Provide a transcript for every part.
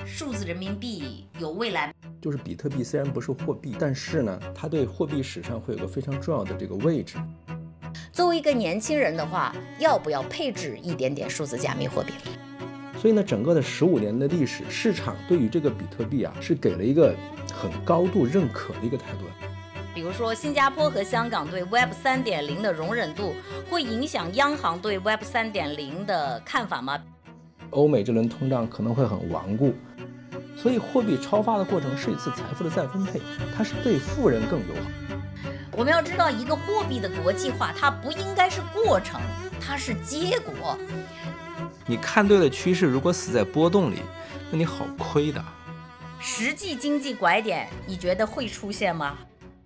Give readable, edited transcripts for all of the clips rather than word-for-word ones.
数字人民币有未来？ 就是比特币虽然不是货币，但是呢，它对货币史上会有个非常重要的这个位置。 作为一个年轻人的话，要不要配置一点点数字加密货币？ 所以呢，整个的15年的历史，市场对于这个比特币啊，是给了一个很高度认可的一个态度。 比如说，新加坡和香港对 Web 3.0的容忍度，会影响央行对 Web 3.0的看法吗？ 欧美这轮通胀可能会很顽固，所以货币超发的过程是一次财富的再分配，它是对富人更友好。 我们要知道，一个货币的国际化，它不应该是过程，它是结果。 你看对了趋势，如果死在波动里，那你好亏的。 实际经济拐点，你觉得会出现吗？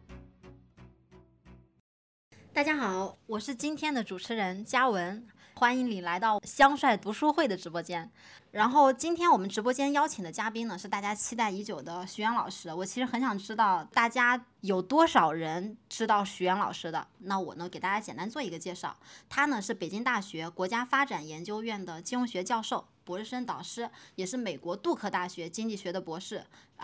大家好，我是今天的主持人嘉文，欢迎你来到香帅读书会的直播间。然后今天我们直播间邀请的嘉宾呢，是大家期待已久的徐源老师。我其实很想知道大家有多少人知道徐源老师的。那我呢，给大家简单做一个介绍。他呢是北京大学国家发展研究院的金融学教授、博士生导师，也是美国杜克大学经济学的博士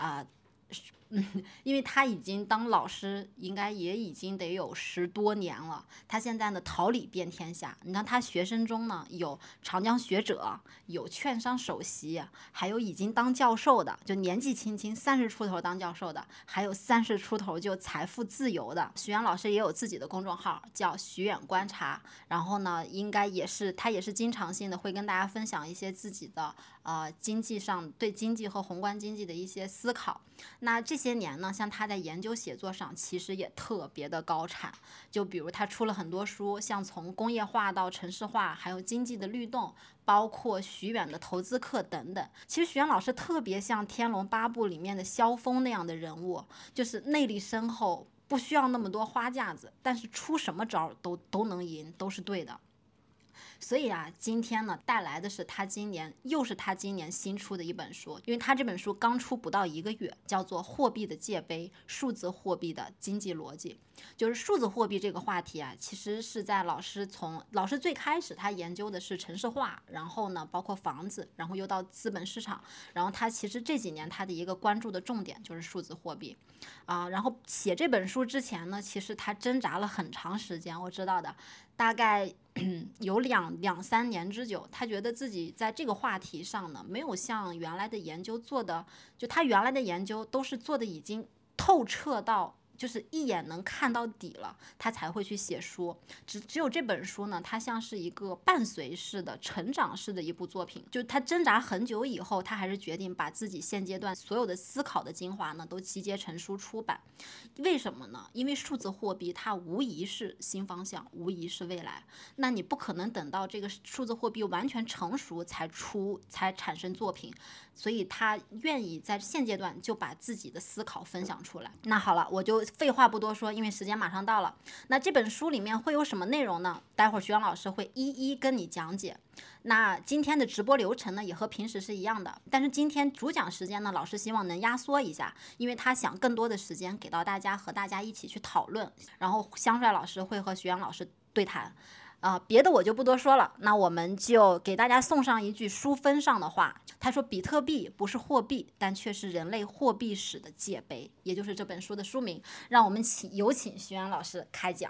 因为他已经当老师，应该也已经得有10多年了。他现在呢桃李遍天下，你看他学生中呢有长江学者，有券商首席，还有已经当教授的，就年纪轻轻30出头当教授的，还有30出头就财富自由的。徐源老师也有自己的公众号叫徐远观察，然后呢应该他也是经常性的会跟大家分享一些自己的经济上对经济和宏观经济的一些思考。那这些年呢，像他在研究写作上其实也特别的高产，就比如他出了很多书，像从工业化到城市化，还有经济的律动，包括徐远的投资课等等。其实徐远老师特别像《天龙八部》里面的萧峰那样的人物，就是内力深厚，不需要那么多花架子，但是出什么招都能赢，都是对的。所以啊，今天呢带来的是他今年新出的一本书，因为他这本书刚出不到1个月，叫做《货币的界碑：数字货币的经济逻辑》。就是数字货币这个话题啊，其实是在老师最开始他研究的是城市化，然后呢包括房子，然后又到资本市场，然后他其实这几年他的一个关注的重点就是数字货币然后写这本书之前呢，其实他挣扎了很长时间，我知道的，大概有两三年之久。他觉得自己在这个话题上呢，没有像原来的研究做的，就他原来的研究都是做的已经透彻到就是一眼能看到底了，他才会去写书。只有这本书呢，它像是一个伴随式的成长式的一部作品。就他挣扎很久以后，他还是决定把自己现阶段所有的思考的精华呢，都集结成书出版。为什么呢？因为数字货币它无疑是新方向，无疑是未来。那你不可能等到这个数字货币完全成熟才产生作品，所以他愿意在现阶段就把自己的思考分享出来。那好了，我就废话不多说，因为时间马上到了。那这本书里面会有什么内容呢？待会儿徐阳老师会一一跟你讲解。那今天的直播流程呢，也和平时是一样的，但是今天主讲时间呢，老师希望能压缩一下，因为他想更多的时间给到大家，和大家一起去讨论。然后香帅老师会和徐阳老师对谈。别的我就不多说了，那我们就给大家送上一句书分上的话。他说，比特币不是货币，但却是人类货币史的界碑，也就是这本书的书名。让我们有请徐源老师开讲。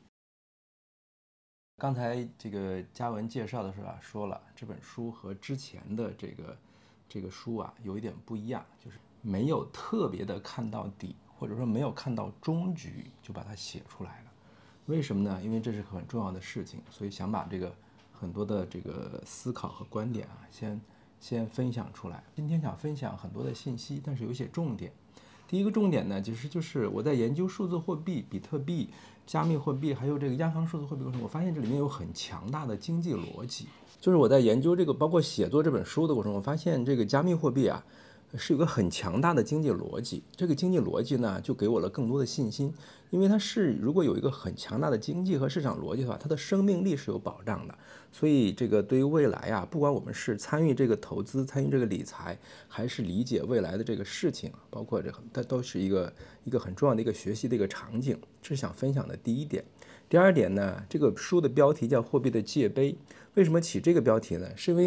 刚才这个嘉文介绍的时候说了，这本书和之前的这个书啊有一点不一样，就是没有特别的看到底，或者说没有看到终局就把它写出来了。为什么呢？因为这是很重要的事情，所以想把这个很多的这个思考和观点啊，先分享出来。今天想分享很多的信息，但是有一些重点。第一个重点呢，就是我在研究数字货币、比特币、加密货币，还有这个央行数字货币过程，我发现这里面有很强大的经济逻辑。就是我在研究这个，包括写作这本书的过程，我发现这个加密货币啊，是有个很强大的经济逻辑。这个经济逻辑呢，就给我了更多的信心，因为它如果有一个很强大的经济和市场逻辑的话，它的生命力是有保障的。所以这个对于未来啊，不管我们是参与这个投资、参与这个理财，还是理解未来的这个事情，包括它都是一个很重要的一个学习的一个场景。这是想分享的第一点。第二点呢，这个书的标题叫《货币的界碑》。为什么起这个标题呢？是因为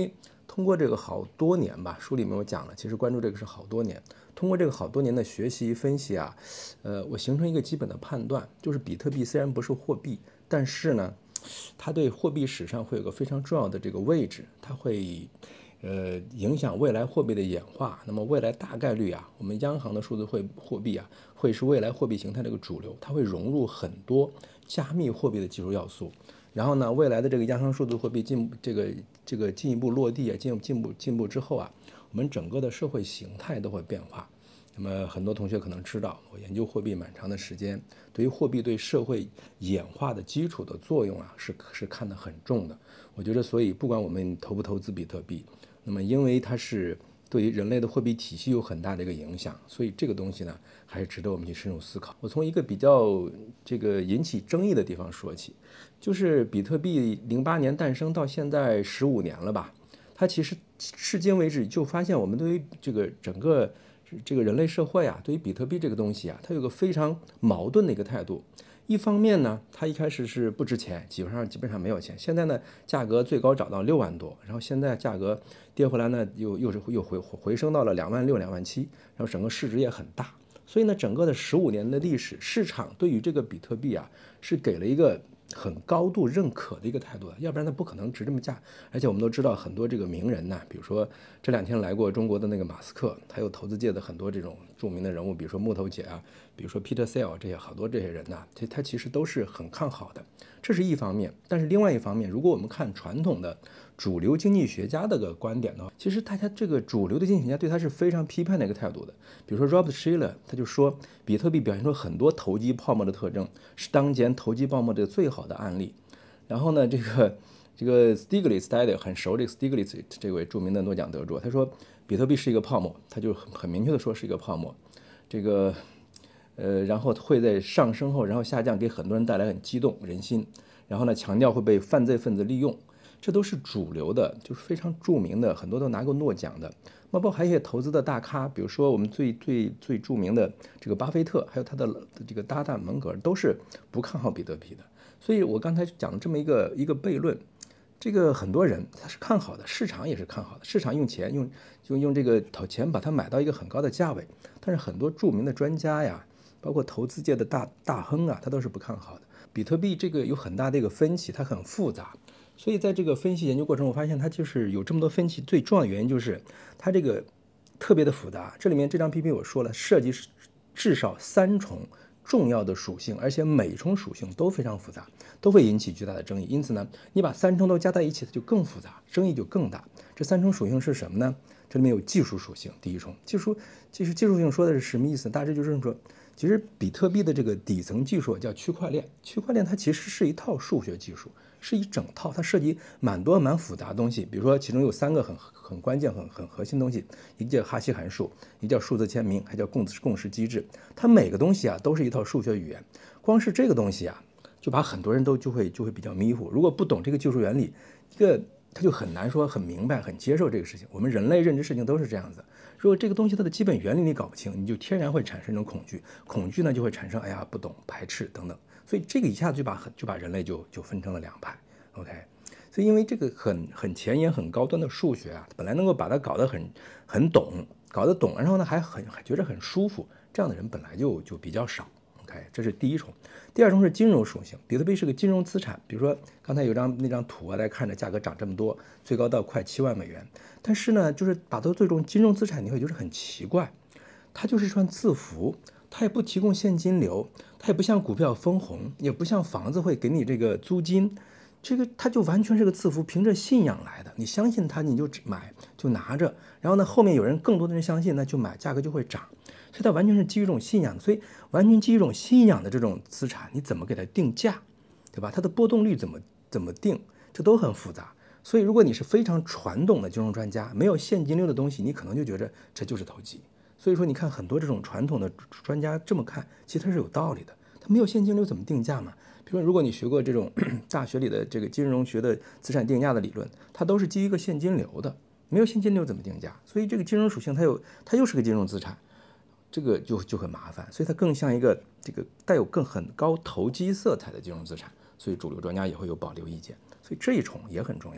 通过这个好多年吧，书里面我讲了，其实关注这个是好多年。通过这个好多年的学习分析啊，我形成一个基本的判断，就是比特币虽然不是货币，但是呢，它对货币史上会有个非常重要的这个位置，它会影响未来货币的演化。那么未来大概率啊，我们央行的数字货币啊，会是未来货币形态的一个主流，它会融入很多加密货币的技术要素。然后呢，未来的这个央行数字货币这个进一步落地啊，进步之后啊，我们整个的社会形态都会变化。那么很多同学可能知道，我研究货币蛮长的时间，对于货币对社会演化的基础的作用啊，是看得很重的。我觉得，所以不管我们投不投资比特币，那么因为它是对于人类的货币体系有很大的一个影响，所以这个东西呢，还是值得我们去深入思考。我从一个比较这个引起争议的地方说起，就是比特币08年诞生到现在15年了吧，它其实至今为止就发现我们对于这个整个这个人类社会啊，对于比特币这个东西啊，它有个非常矛盾的一个态度。一方面呢，它一开始是不值钱，基本上没有钱。现在呢，价格最高涨到6万多，然后现在价格跌回来呢，又回升到了2万6、2万7，然后整个市值也很大。所以呢，整个的15年的历史，市场对于这个比特币啊，是给了一个很高度认可的一个态度的，要不然它不可能值这么价。而且我们都知道很多这个名人呐，比如说这2天来过中国的那个马斯克，还有投资界的很多这种著名的人物，比如说木头姐啊，比如说 Peter Thiel 这些好多这些人呐，他其实都是很看好的，这是一方面。但是另外一方面，如果我们看传统的主流经济学家的个观点的话，其实大家这个主流的经济学家对他是非常批判的一个态度的。比如说 Robert Shiller 他就说，比特币表现出很多投机泡沫的特征，是当前投机泡沫的最好的案例。然后呢，这个 Stiglitz 大家也很熟，这个 Stiglitz 这位著名的诺奖得主，他说比特币是一个泡沫，他就很明确的说是一个泡沫。这个然后会在上升后，然后下降，给很多人带来很激动人心。然后呢，强调会被犯罪分子利用，这都是主流的，就是非常著名的，很多都拿过诺奖的。包括还有一些投资的大咖，比如说我们最著名的这个巴菲特，还有他的这个搭档蒙格尔，都是不看好比特币的。所以我刚才讲的这么一个悖论，这个很多人他是看好的，市场也是看好的，市场用钱用这个讨钱把它买到一个很高的价位。但是很多著名的专家呀，包括投资界的大亨啊，他都是不看好的。比特币这个有很大的一个分歧，它很复杂。所以在这个分析研究过程，我发现它就是有这么多分歧，最重要的原因就是它这个特别的复杂。这里面这张 PPT 我说了，涉及至少3重重要的属性，而且每重属性都非常复杂，都会引起巨大的争议。因此呢，你把3重都加在一起，它就更复杂，争议就更大。这3重属性是什么呢？这里面有技术属性，第一重技术属性说的是什么意思？大致就是说，其实比特币的这个底层技术叫区块链，区块链它其实是一套数学技术，是一整套，它涉及蛮复杂的东西。比如说，其中有3个很关键、很核心的东西，一个叫哈希函数，一个叫数字签名，还叫共识机制。它每个东西啊都是一套数学语言。光是这个东西啊，就把很多人就会比较迷糊。如果不懂这个技术原理，他就很难说很明白、很接受这个事情。我们人类认知事情都是这样子。如果这个东西它的基本原理你搞不清，你就天然会产生一种恐惧，恐惧呢就会产生不懂、排斥等等。所以这个一下子就把人类就分成了2派。OK， 所以因为这个很前沿、很高端的数学啊，本来能够把它搞得很懂，搞得懂，然后呢还觉得很舒服，这样的人本来就比较少。OK， 这是第一重。第二重是金融属性，比特币是个金融资产。比如说刚才有那张图啊，大家看着价格涨这么多，最高到快7万美元。但是呢，就是把它最终金融资产，你会觉得很奇怪，它就是一串字符，它也不提供现金流，它也不像股票分红，也不像房子会给你这个租金，这个它就完全是个字符，凭着信仰来的。你相信它，你就买就拿着，然后呢，后面有人更多的人相信，那就买，价格就会涨。所以它完全是基于一种信仰，所以完全基于一种信仰的这种资产，你怎么给它定价，对吧？它的波动率怎么定，这都很复杂。所以如果你是非常传统的金融专家，没有现金流的东西，你可能就觉得这就是投机。所以说你看很多这种传统的专家这么看，其实它是有道理的。它没有现金流怎么定价嘛？比如说如果你学过这种大学里的这个金融学的资产定价的理论，它都是基于一个现金流的，没有现金流怎么定价？所以这个金融属性它又是个金融资产。这个就很麻烦，所以它更像一个这个带有很高投机色彩的金融资产，所以主流专家也会有保留意见，所以这一重也很重要。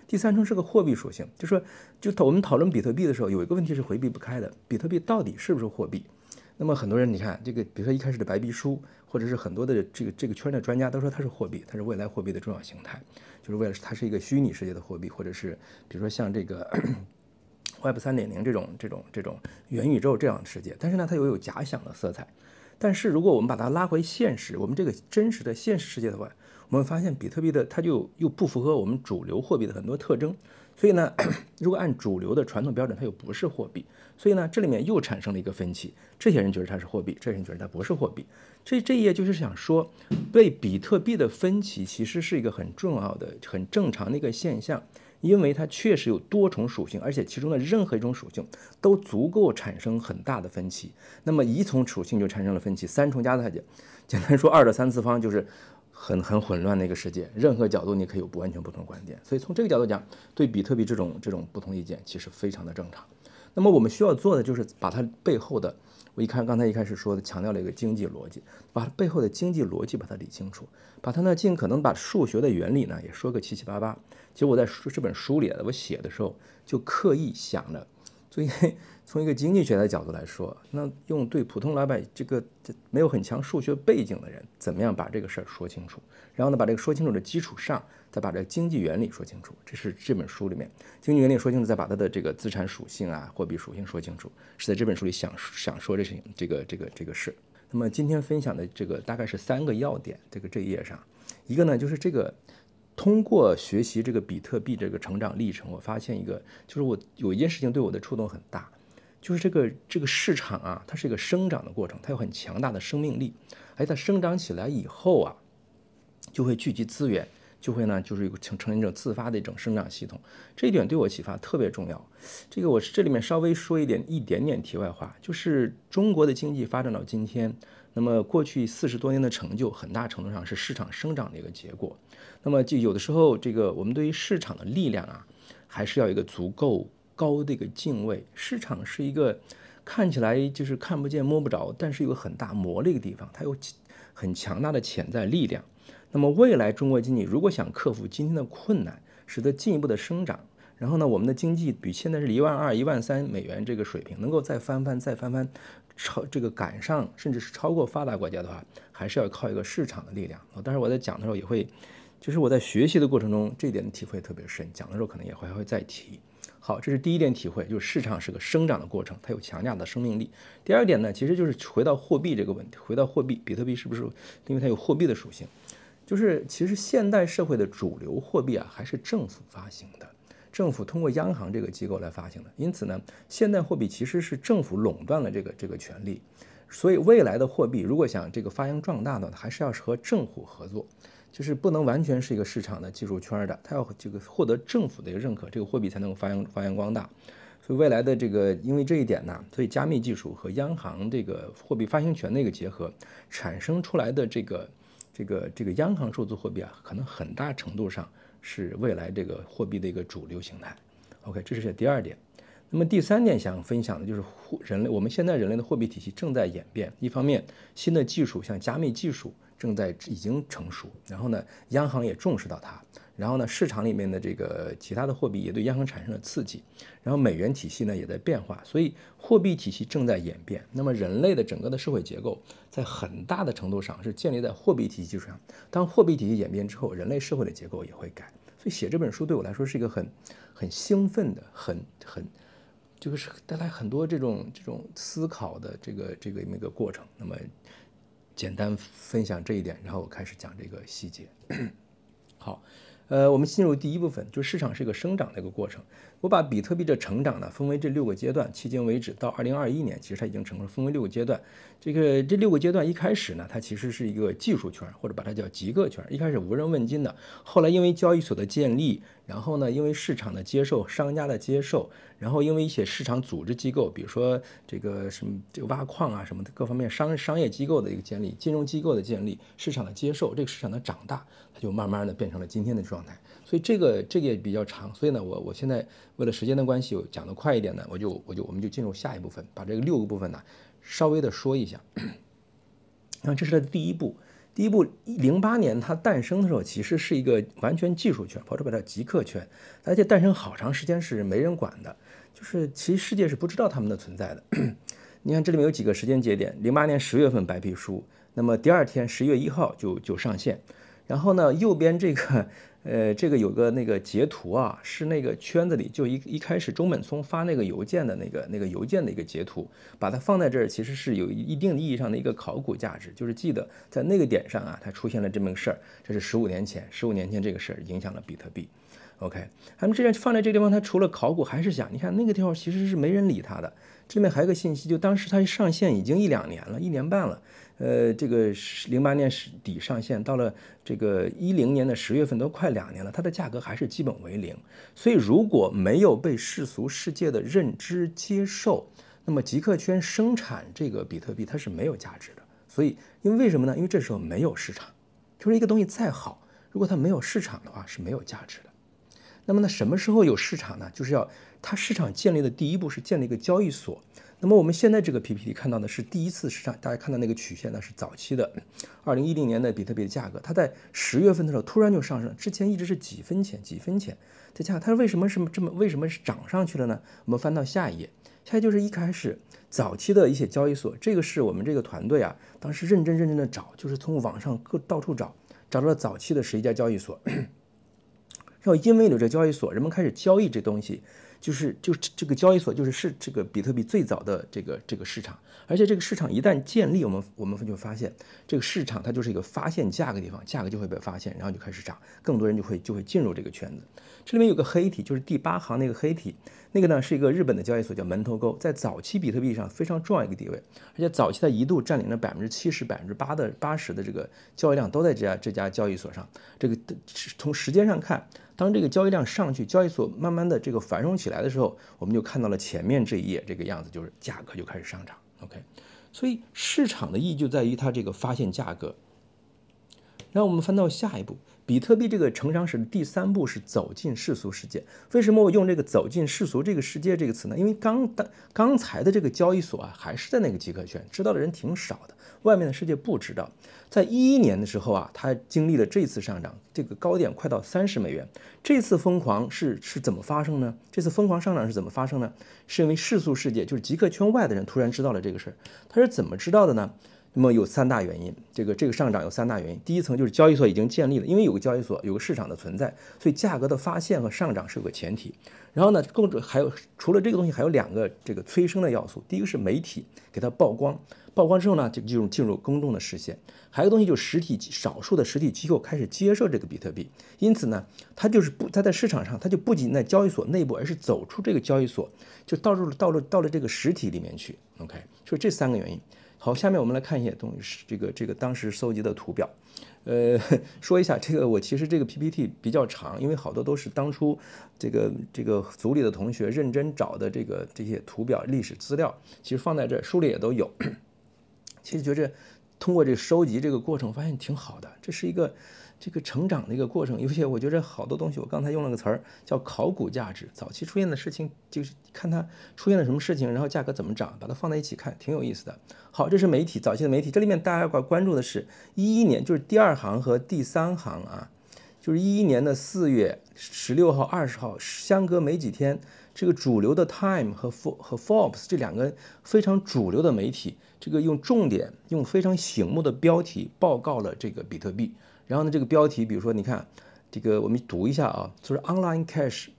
第三重是个货币属性，就说我们讨论比特币的时候，有一个问题是回避不开的，比特币到底是不是货币？那么很多人你看这个，比如说一开始的白皮书，或者是很多的这个圈的专家都说它是货币，它是未来货币的重要形态，就是为了它是一个虚拟世界的货币，或者是比如说像这个Web 3.0这种元宇宙这样的世界，但是呢，它又有假想的色彩。但是如果我们把它拉回现实，我们这个真实的现实世界的话，我们发现比特币的它就又不符合我们主流货币的很多特征，所以呢，如果按主流的传统标准，它又不是货币，所以呢，这里面又产生了一个分歧。这些人觉得它是货币，这些人觉得它不是货币。这一页就是想说，对比特币的分歧其实是一个很重要的、很正常的一个现象。因为它确实有多重属性，而且其中的任何一种属性都足够产生很大的分歧。那么一重属性就产生了分歧，三重加在一起，简单说2的3次方就是很混乱的一个世界。任何角度你可以有完全不同的观点，所以从这个角度讲，对比特币这种不同意见其实非常的正常。那么我们需要做的就是把它背后的，刚才一开始说的强调了一个经济逻辑，把它背后的经济逻辑把它理清楚，把它呢尽可能把数学的原理呢也说个七七八八。其实我在这本书里我写的时候就刻意想了，所以从一个经济学的角度来说，那用对普通老百姓这没有很强数学背景的人怎么样把这个事儿说清楚，然后呢把这个说清楚的基础上再把这个经济原理说清楚，这是这本书里面经济原理说清楚，再把它的这个资产属性啊、货币属性说清楚，是在这本书里想说这个事。那么今天分享的这个大概是3个要点，这一页上，一个呢就是这个。通过学习这个比特币这个成长历程，我发现就是我有一件事情对我的触动很大，就是这个市场啊，它是一个生长的过程，它有很强大的生命力，而它生长起来以后啊，就会聚集资源，就会呢就是成一种自发的一种生长系统。这一点对我启发特别重要。这个我这里面稍微说一点点题外话，就是中国的经济发展到今天，那么过去40多年的成就，很大程度上是市场生长的一个结果。那么就有的时候，我们对于市场的力量啊，还是要有一个足够高的一个敬畏。市场是一个看起来就是看不见摸不着，但是有很大魔力的地方，它有很强大的潜在力量。那么未来中国经济如果想克服今天的困难，使得进一步的生长，然后呢，我们的经济比现在是12000、13000美元这个水平，能够再翻番，赶上甚至是超过发达国家的话，还是要靠一个市场的力量。当然我在讲的时候也会。就是我在学习的过程中，这一点的体会特别深，讲的时候可能还会再提。好，这是第一点体会，就是市场是个生长的过程，它有强大的生命力。第二点呢，其实就是回到货币这个问题，回到货币，比特币是不是因为它有货币的属性？就是其实现代社会的主流货币啊，还是政府发行的，政府通过央行这个机构来发行的。因此呢，现代货币其实是政府垄断了这个权利，所以未来的货币如果想发扬壮大的，还是要和政府合作。就是不能完全是一个市场的技术圈的，它要获得政府的一个认可，这个货币才能发扬光大。所以未来的因为这一点呢，所以加密技术和央行这个货币发行权的一个结合，产生出来的这个央行数字货币啊，可能很大程度上是未来这个货币的一个主流形态。OK， 这是第二点。那么第3点想分享的就是我们现在人类的货币体系正在演变，一方面新的技术像加密技术已经成熟，然后呢，央行也重视到它，然后呢，市场里面的其他的货币也对央行产生了刺激，然后美元体系呢也在变化，所以货币体系正在演变。那么人类的整个的社会结构在很大的程度上是建立在货币体系基础上，当货币体系演变之后，人类社会的结构也会改。所以写这本书对我来说是一个很兴奋的，就是带来很多这种思考的这个过程。那么简单分享这一点，然后我开始讲这个细节。好，我们进入第一部分，就是市场是一个生长的一个过程。我把比特币的成长呢分为这6个阶段，迄今为止到2021年，其实它已经分为6个阶段。这6个阶段一开始呢，它其实是一个技术圈，或者把它叫极个圈，一开始无人问津的，后来因为交易所的建立，然后呢，因为市场的接受、商家的接受，然后因为一些市场组织机构，比如说这个挖矿啊什么的各方面商业机构的一个建立、金融机构的建立、市场的接受，这个市场的长大，它就慢慢的变成了今天的状态。所以这个也比较长，所以呢，我现在为了时间的关系，我讲得快一点呢，我们就进入下一部分，把这个6个部分呢稍微的说一下。那这是它的第一步。 第一步，08年它诞生的时候，其实是一个完全技术圈，或者把它极客圈，而且诞生好长时间是没人管的，就是其实世界是不知道他们的存在的。你看这里面有几个时间节点，08年10月份白皮书，那么第二天11月1号就上线，然后呢，右边这个有个那个截图啊，是那个圈子里就一开始中本聪发那个邮件的那个邮件的一个截图，把它放在这儿，其实是有一定意义上的一个考古价值，就是记得在那个点上啊，它出现了这么个事儿，这是15年前这个事儿影响了比特币。OK， 他们这样放在这个地方，它除了考古还是想，你看那个地方其实是没人理它的。这里面还有一个信息，就当时它上线已经1-2年了，1年半了。这个08年底上线，到了这个10年的10月份都快2年了，它的价格还是基本为零。所以如果没有被世俗世界的认知接受，那么极客圈生产这个比特币它是没有价值的。所以为什么呢？因为这时候没有市场，就是一个东西再好，如果它没有市场的话是没有价值的。那么呢，什么时候有市场呢？就是要它市场建立的第一步是建立一个交易所。那么我们现在这个 PPT 看到的是第一次市场，大家看到那个曲线呢是早期的2010年的比特币的价格，它在10月份的时候突然就上升，之前一直是几分钱的价格，它为什么是涨上去了呢？我们翻到下一页，下一页就是一开始早期的一些交易所，这个是我们这个团队啊当时认真的找，就是从网上到处找到了早期的11家交易所。然后因为有这交易所，人们开始交易这东西，就是这个交易所就是这个比特币最早的这个市场，而且这个市场一旦建立，我们就发现这个市场它就是一个发现价格的地方，价格就会被发现，然后就开始涨，更多人就会进入这个圈子。这里面有个黑体，就是第8行那个黑体，那个呢是一个日本的交易所叫门头沟，在早期比特币上非常重要一个地位，而且早期它一度占领了70%、80%的这个交易量都在这家交易所上。这个从时间上看，当这个交易量上去，交易所慢慢的这个繁荣起来的时候，我们就看到了前面这一页这个样子，就是价格就开始上涨。OK， 所以市场的意义就在于它这个发现价格。然后我们翻到下一步，比特币这个成长史的第3步是走进世俗世界。为什么我用这个走进世俗这个世界这个词呢？因为刚才的这个交易所啊，还是在那个极客圈，知道的人挺少的，外面的世界不知道。在11年的时候啊，它经历了这次上涨，这个高点快到30美元。这次疯狂是怎么发生呢？这次疯狂上涨是怎么发生呢？是因为世俗世界，就是极客圈外的人突然知道了这个事儿。他是怎么知道的呢？那么有3大原因，这个上涨有3大原因。第一层就是交易所已经建立了，因为有个交易所，有个市场的存在，所以价格的发现和上涨是有个前提。然后呢，除了这个东西，还有2个这个催生的要素。第一个是媒体给它曝光，曝光之后呢，就进入公众的视线。还有一个东西就是少数的实体机构开始接受这个比特币，因此呢，它在市场上，它就不仅在交易所内部，而是走出这个交易所，就到了这个实体里面去。OK， 就是这3个原因。好，下面我们来看一些东西，这个当时搜集的图表。说一下这个，我其实这个 PPT 比较长，因为好多都是当初这个组里的同学认真找的这些图表历史资料，其实放在这书里也都有。其实觉着通过这收集这个过程，发现挺好的，这是一个这个成长的一个过程。尤其我觉得好多东西，我刚才用了个词儿叫考古价值，早期出现的事情，就是看它出现了什么事情，然后价格怎么涨，把它放在一起看，挺有意思的。好，这是媒体，早期的媒体，这里面大家关注的是11年，就是第2行和第3行啊，就是11年的4月16号、20号，相隔没几天，这个主流的 Time 和 Forbes 这2个非常主流的媒体，这个用非常醒目的标题报告了这个比特币。然后呢，这个标题，比如说你看这个，我们读一下啊，就是 Online Cash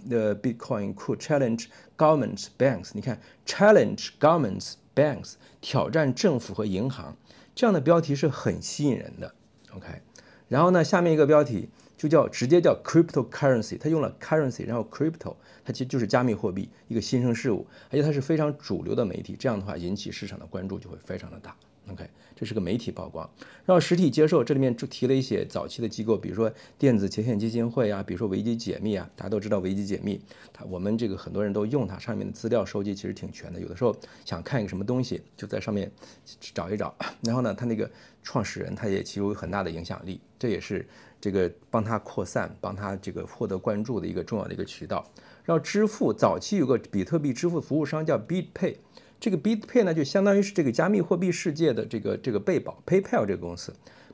Bitcoin could challenge governments, banks。你看 challenge governments, banks 挑战政府和银行，这样的标题是很吸引人的。OK， 然后呢，下面一个标题就直接叫 cryptocurrency， 它用了 currency， 然后 crypto， 它其实就是加密货币，一个新生事物，而且它是非常主流的媒体，这样的话引起市场的关注就会非常的大。OK， 这是个媒体曝光，然后实体接受，这里面就提了一些早期的机构，比如说电子前线基金会啊，比如说维基解密啊，大家都知道维基解密，我们这个很多人都用它，上面的资料收集其实挺全的，有的时候想看一个什么东西，就在上面找一找，然后呢，他那个创始人他也其实有很大的影响力，这也是这个帮他扩散、帮他这个获得关注的一个重要的一个渠道。然后支付，早期有个比特币支付服务商叫 BitPay。这个 BitPay 呢，就相当于是这个加密货币世界的这个贝宝 PayPal 这个公司。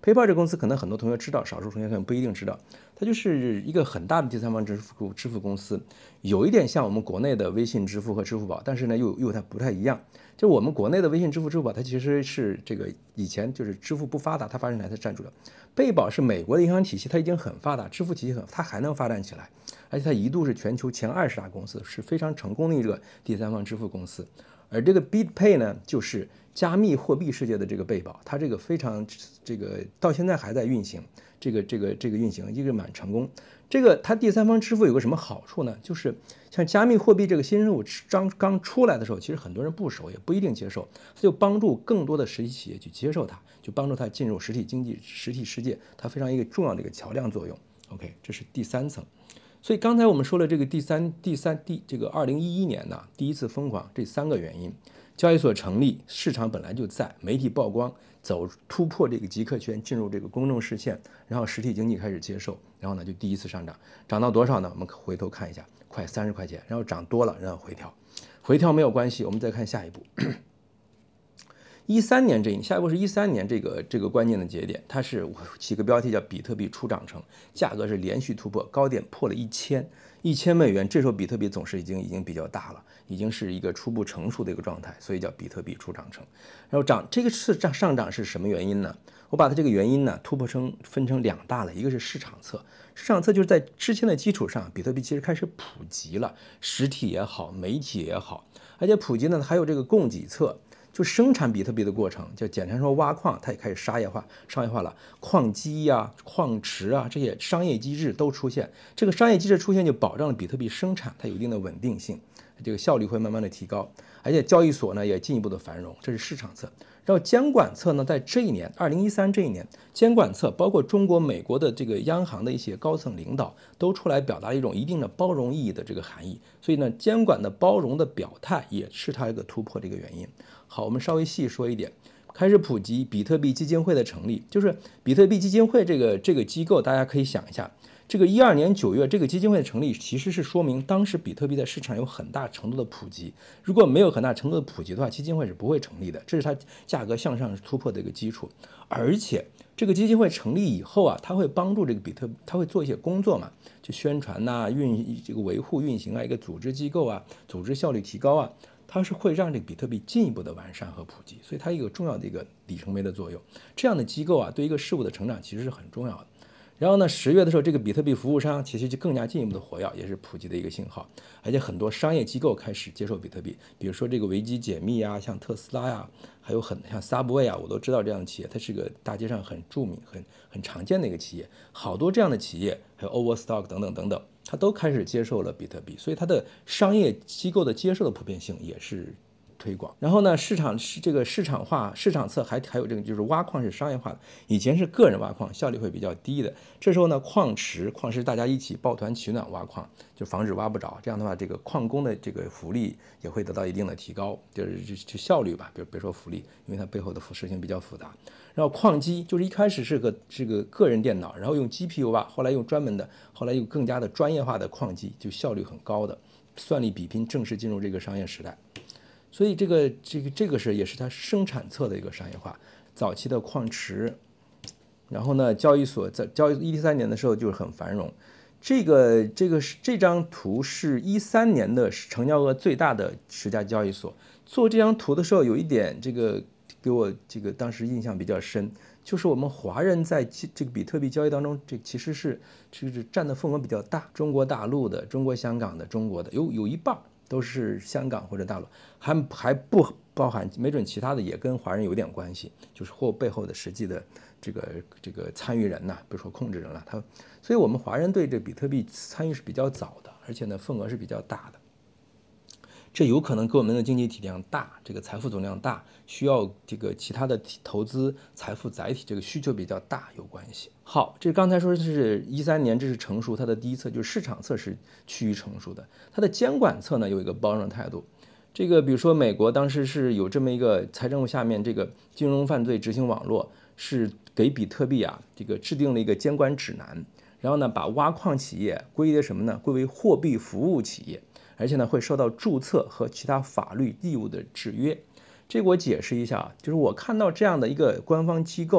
PayPal 这个公司可能很多同学知道，少数同学可能不一定知道，它就是一个很大的第三方支付公司，有一点像我们国内的微信支付和支付宝，但是呢又它不太一样。就我们国内的微信支付、支付宝，它其实是这个以前就是支付不发达，它发展起来它站住了。贝宝是美国的银行体系，它已经很发达，支付体系它还能发展起来，而且它一度是全球前20大公司，是非常成功的一个第三方支付公司。而这个 BitPay 呢，就是加密货币世界的这个贝宝，它这个非常这个到现在还在运行，这个运行一个蛮成功。这个它第三方支付有个什么好处呢？就是像加密货币这个新生物刚出来的时候，其实很多人不熟，也不一定接受，它就帮助更多的实体企业去接受它，就帮助它进入实体经济、实体世界，它非常一个重要的一个桥梁作用。OK， 这是第三层。所以刚才我们说了这个这个2011年呢第一次疯狂，这3个原因：交易所成立，市场本来就在，媒体曝光，突破这个极客圈，进入这个公众视线，然后实体经济开始接受，然后呢就第一次上涨，涨到多少呢？我们回头看一下，快30块钱，然后涨多了，然后回调没有关系，我们再看下一步。13年下一步是13年这个关键的节点，它是我起个标题叫比特币初涨城，价格是连续突破，高点破了1000美元，这时候比特币总市已经比较大了，已经是一个初步成熟的一个状态，所以叫比特币初涨城。然后这个上涨是什么原因呢？我把它这个原因呢分成2大类，一个是市场侧，市场侧就是在之前的基础上，比特币其实开始普及了，实体也好，媒体也好，而且普及呢还有这个供给侧。就生产比特币的过程，就简单说挖矿，它也开始商业化了，矿机啊、矿池啊这些商业机制都出现。这个商业机制出现，就保障了比特币生产它有一定的稳定性，这个效率会慢慢的提高，而且交易所呢也进一步的繁荣，这是市场侧。然后监管侧呢，在这一年2013这一年，监管侧包括中国、美国的这个央行的一些高层领导都出来表达一种一定的包容意义的这个含义，所以呢，监管的包容的表态也是它一个突破的一个原因。好，我们稍微细说一点，开始普及比特币基金会的成立，就是比特币基金会这个机构，大家可以想一下。这个2012年9月，这个基金会的成立，其实是说明当时比特币在市场有很大程度的普及。如果没有很大程度的普及的话，基金会是不会成立的，这是它价格向上突破的一个基础。而且这个基金会成立以后啊，它会帮助这个比特币，它会做一些工作嘛，就宣传呐、这个维护运行啊，一个组织机构啊，组织效率提高啊。它是会让这个比特币进一步的完善和普及，所以它有一个重要的一个里程碑的作用。这样的机构啊，对一个事物的成长其实是很重要的。然后呢，10月的时候，这个比特币服务商其实就更加进一步的活跃，也是普及的一个信号。而且很多商业机构开始接受比特币，比如说这个维基解密啊，像特斯拉呀，还有像 Subway 啊，我都知道这样的企业，它是个大街上很著名、很常见的一个企业。好多这样的企业，还有 Overstock 等等，它都开始接受了比特币，所以它的商业机构的接受的普遍性也是推广。然后呢，市场侧还有这个就是挖矿是商业化的，以前是个人挖矿，效率会比较低的。这时候呢，矿池大家一起抱团取暖挖矿，就防止挖不着。这样的话，这个矿工的这个福利也会得到一定的提高，就效率吧，别说福利，因为它背后的事情比较复杂。然后矿机就是一开始是个人电脑，然后用 GPU 挖，后来用专门的，后来用更加的专业化的矿机，就效率很高的，算力比拼正式进入这个商业时代。所以这个也是它生产侧的一个商业化，早期的矿池，然后呢，交易所在2013年的时候就是很繁荣。这张图是13年的成交额最大的10家交易所。做这张图的时候，有一点给我当时印象比较深，就是我们华人在这个比特币交易当中，这其实是占的份额比较大，中国大陆的、中国香港的、中国的有一半都是香港或者大陆，还不包含，没准其他的也跟华人有点关系，就是或背后的实际的这个参与人呐，比如说控制人了，所以我们华人对这比特币参与是比较早的，而且呢份额是比较大的。这有可能跟我们的经济体量大，这个财富总量大，需要这个其他的投资财富载体这个需求比较大有关系。好，这刚才说的是13年，这是成熟，它的第一侧就是市场侧是趋于成熟的，它的监管侧呢有一个包容的态度。这个比如说美国当时是有这么一个财政部下面这个金融犯罪执行网络是给比特币啊这个制定了一个监管指南，然后呢把挖矿企业归为什么呢？归为货币服务企业。而且呢，会受到注册和其他法律义务的制约。这个我解释一下啊，就是我看到这样的一个官方机构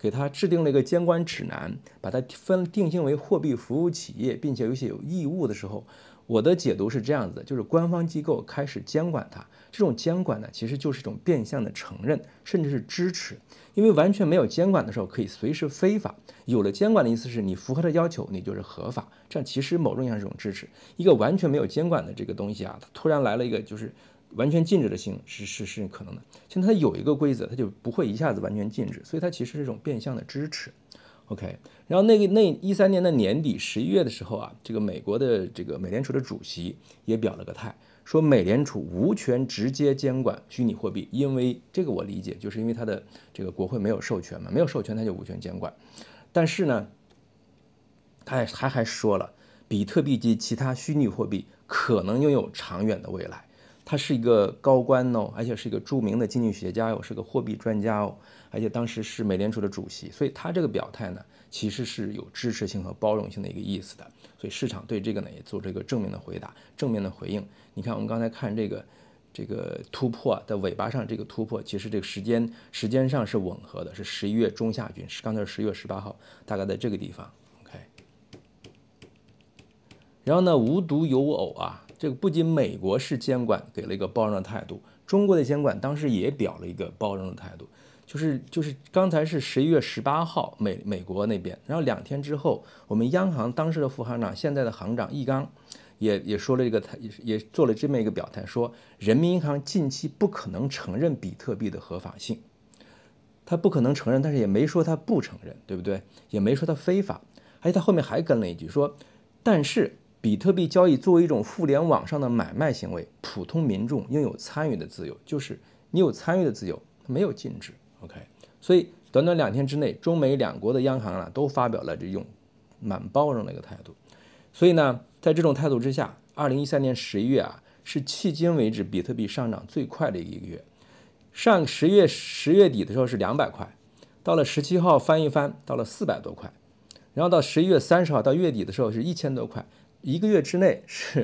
给它制定了一个监管指南，把它定性为货币服务企业，并且有些有义务的时候，我的解读是这样子的，就是官方机构开始监管它，这种监管呢，其实就是一种变相的承认，甚至是支持。因为完全没有监管的时候，可以随时非法；有了监管的意思是你符合的要求，你就是合法。这样其实某种意义上是一种支持。一个完全没有监管的这个东西啊，它突然来了一个就是完全禁止的性是可能的。现在它有一个规则，它就不会一下子完全禁止，所以它其实是一种变相的支持。OK， 然后那13年的年底11月的时候啊，这个美国的这个美联储的主席也表了个态，说美联储无权直接监管虚拟货币，因为这个我理解就是因为它的这个国会没有授权嘛，没有授权它就无权监管。但是呢，他还说了，比特币及其他虚拟货币可能拥有长远的未来。他是一个高官哦，而且是一个著名的经济学家哦，是个货币专家哦，而且当时是美联储的主席，所以他这个表态呢，其实是有支持性和包容性的一个意思的。所以市场对这个呢也做这个正面的回答、正面的回应。你看我们刚才看这个突破啊，在尾巴上这个突破，其实这个时间上是吻合的，是11月中下旬，刚才是10月18号，大概在这个地方。OK， 然后呢，无独有偶啊。这个不仅美国是监管给了一个包容的态度，中国的监管当时也表了一个包容的态度，就是刚才是11月18号美国那边，然后2天之后，我们央行当时的副行长，现在的行长易纲也说了这个，也做了这么一个表态，说人民银行近期不可能承认比特币的合法性，他不可能承认，但是也没说他不承认，对不对？也没说他非法，而且他后面还跟了一句说，但是比特币交易作为一种互联网上的买卖行为，普通民众应有参与的自由，就是你有参与的自由，没有禁止。OK， 所以短短2天之内，中美两国的央行都发表了这种蛮包容的一个态度。所以呢，在这种态度之下，2013年11月啊，是迄今为止比特币上涨最快的一个月。上10月底的时候是200块，到了17号翻一翻，到了400多块，然后到11月30号到月底的时候是1000多块。1个月之内是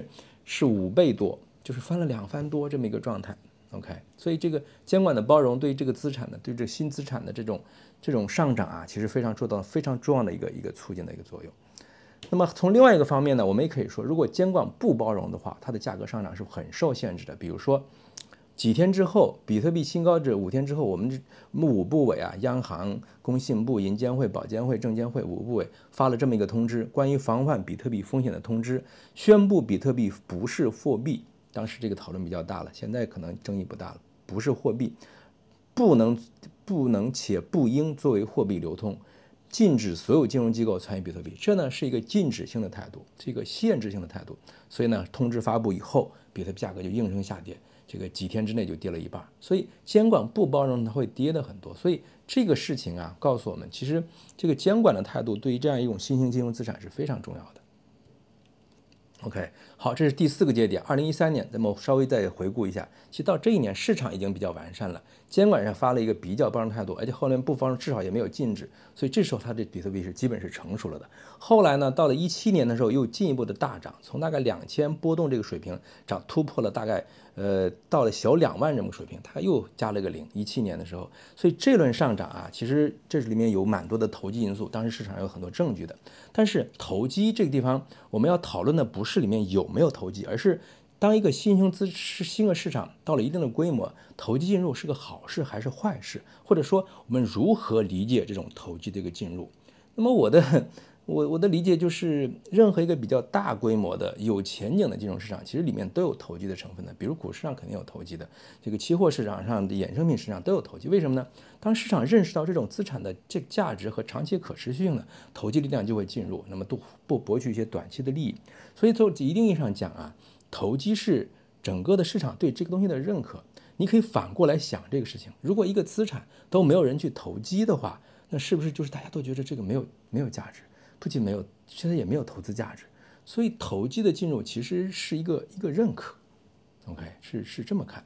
5倍多，就是翻了2番多这么一个状态。OK， 所以这个监管的包容对这个资产的，对这个新资产的这种上涨啊，其实非常做到非常重要的一个促进的一个作用。那么从另外一个方面呢，我们也可以说，如果监管不包容的话，它的价格上涨是很受限制的。比如说几天之后，比特币新高至5天之后，我们5部委啊，央行、工信部、银监会、保监会、证监会5部委发了这么一个通知，关于防范比特币风险的通知，宣布比特币不是货币。当时这个讨论比较大了，现在可能争议不大了。不是货币，不能且不应作为货币流通，禁止所有金融机构参与比特币。这呢是一个禁止性的态度，是一个限制性的态度。所以呢，通知发布以后，比特币价格就应声下跌。这个几天之内就跌了一半，所以监管不包容它会跌的很多，所以这个事情啊告诉我们，其实这个监管的态度对于这样一种新兴金融资产是非常重要的。OK， 好，这是第4个节点。2013年，咱们稍微再回顾一下，其实到这一年市场已经比较完善了，监管上发了一个比较包容态度，而且后面不包容至少也没有禁止，所以这时候它的比特币是基本是成熟了的。后来呢，到了17年的时候又进一步的大涨，从大概2000波动这个水平突破了大概到了小2万这么水平，它又加了个0。17年的时候，所以这轮上涨啊，其实这里面有蛮多的投机因素，当时市场有很多证据的。但是投机这个地方，我们要讨论的不是里面有没有投机，而是当一个新的市场到了一定的规模，投机进入是个好事还是坏事，或者说我们如何理解这种投机的一个进入。那么我的理解就是，任何一个比较大规模的有前景的金融市场，其实里面都有投机的成分的。比如股市上肯定有投机的，这个期货市场上的衍生品市场都有投机。为什么呢？当市场认识到这种资产的这个价值和长期可持续性呢，投机力量就会进入，那么不博取一些短期的利益。所以从一定意义上讲啊，投机是整个的市场对这个东西的认可。你可以反过来想这个事情，如果一个资产都没有人去投机的话，那是不是就是大家都觉得这个没有价值？不仅没有，现在也没有投资价值，所以投机的进入其实是一个认可。OK， 是这么看。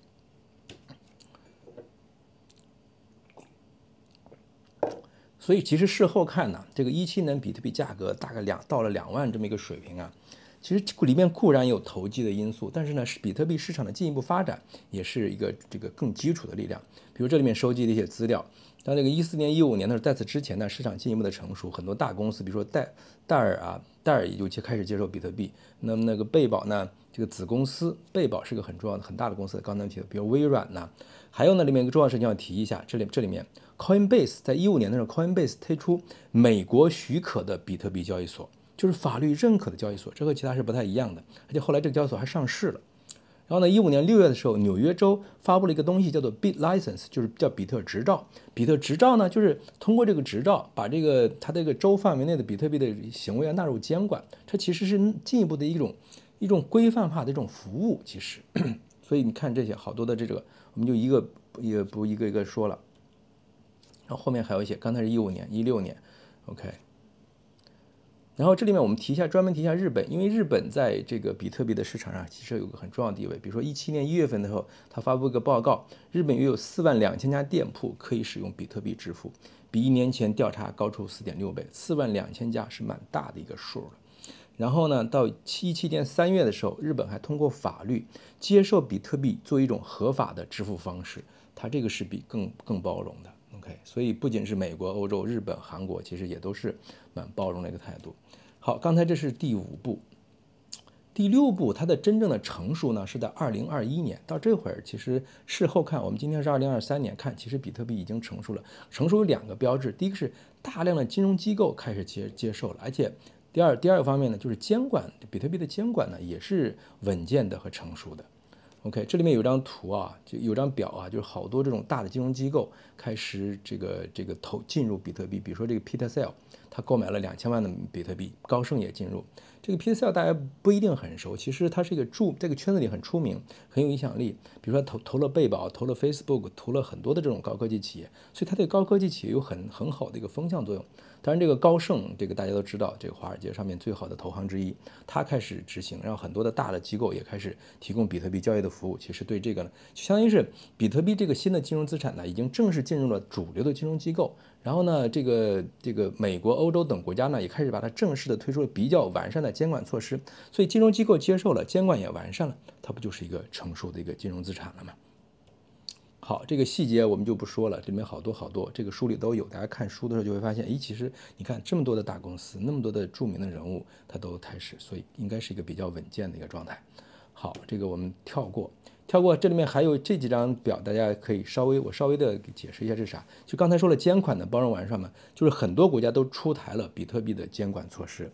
所以其实事后看呢，这个17年比特币价格大概到了2万这么一个水平啊，其其实里面固然有投机的因素，但是呢，比特币市场的进一步发展也是一个这个更基础的力量。比如这里面收集的一些资料，到那个14年、15年的时候，在此之前呢，市场进一步的成熟，很多大公司，比如说戴尔也就开始接受比特币。那么那个贝宝呢，这个子公司贝宝是个很重要的、很大的公司，刚才提的，比如微软呐。还有呢，里面一个重要事情要提一下，这里面 Coinbase 在15年的时候 ，Coinbase 推出美国许可的比特币交易所。就是法律认可的交易所，这和其他是不太一样的，而且后来这个交易所还上市了。然后呢，15年6月的时候，纽约州发布了一个东西，叫做 Bit License，就是叫比特执照。比特执照呢，就是通过这个执照，把它这个州范围内的比特币的行为纳入监管。这其实是进一步的一种规范化的一种服务，其实。所以你看这些好多的这个，我们就一个一个说了。然后后面还有一些，刚才是15年、16年 ，OK。然后这里面我们专门提一下日本，因为日本在这个比特币的市场上其实有个很重要的地位。比如说17年1月份的时候，他发布一个报告，日本约有42000家店铺可以使用比特币支付，比1年前调查高出4.6倍，42000家是蛮大的一个数了。然后呢，到17年3月的时候，日本还通过法律接受比特币作为一种合法的支付方式，它这个是比更包容的。OK， 所以不仅是美国、欧洲、日本、韩国，其实也都是蛮包容的一个态度。好，刚才这是第5步，第6步它的真正的成熟呢是在2021年，到这会儿其实事后看，我们今天是2023年看，其实比特币已经成熟了。成熟有2个标志，第一个是大量的金融机构开始接受了，而且第二个方面呢，就是监管比特币的监管呢也是稳健的和成熟的。OK， 这里面有张图啊，就有张表啊，就是好多这种大的金融机构开始这个进入比特币，比如说这个 Peter Thiel， 他购买了2000万的比特币，高盛也进入。这个 Peter Thiel 大家不一定很熟，其实他是一个这个圈子里很出名，很有影响力。比如说投了贝宝，投了 Facebook， 投了很多的这种高科技企业，所以他对高科技企业有很好的一个风向作用。当然，这个高盛，这个大家都知道，这个华尔街上面最好的投行之一，他开始执行，然后很多的大的机构也开始提供比特币交易的服务。其实对这个呢，就相当于是比特币这个新的金融资产呢，已经正式进入了主流的金融机构。然后呢，这个美国、欧洲等国家呢，也开始把它正式的推出了比较完善的监管措施。所以金融机构接受了，监管也完善了，它不就是一个成熟的一个金融资产了吗？好，这个细节我们就不说了，里面好多，这个书里都有。大家看书的时候就会发现，其实你看这么多的大公司，那么多的著名的人物，他都开始，所以应该是一个比较稳健的一个状态。好，这个我们跳过，这里面还有这几张表，大家可以稍微的解释一下这是啥。就刚才说了监管的包容完善嘛，就是很多国家都出台了比特币的监管措施。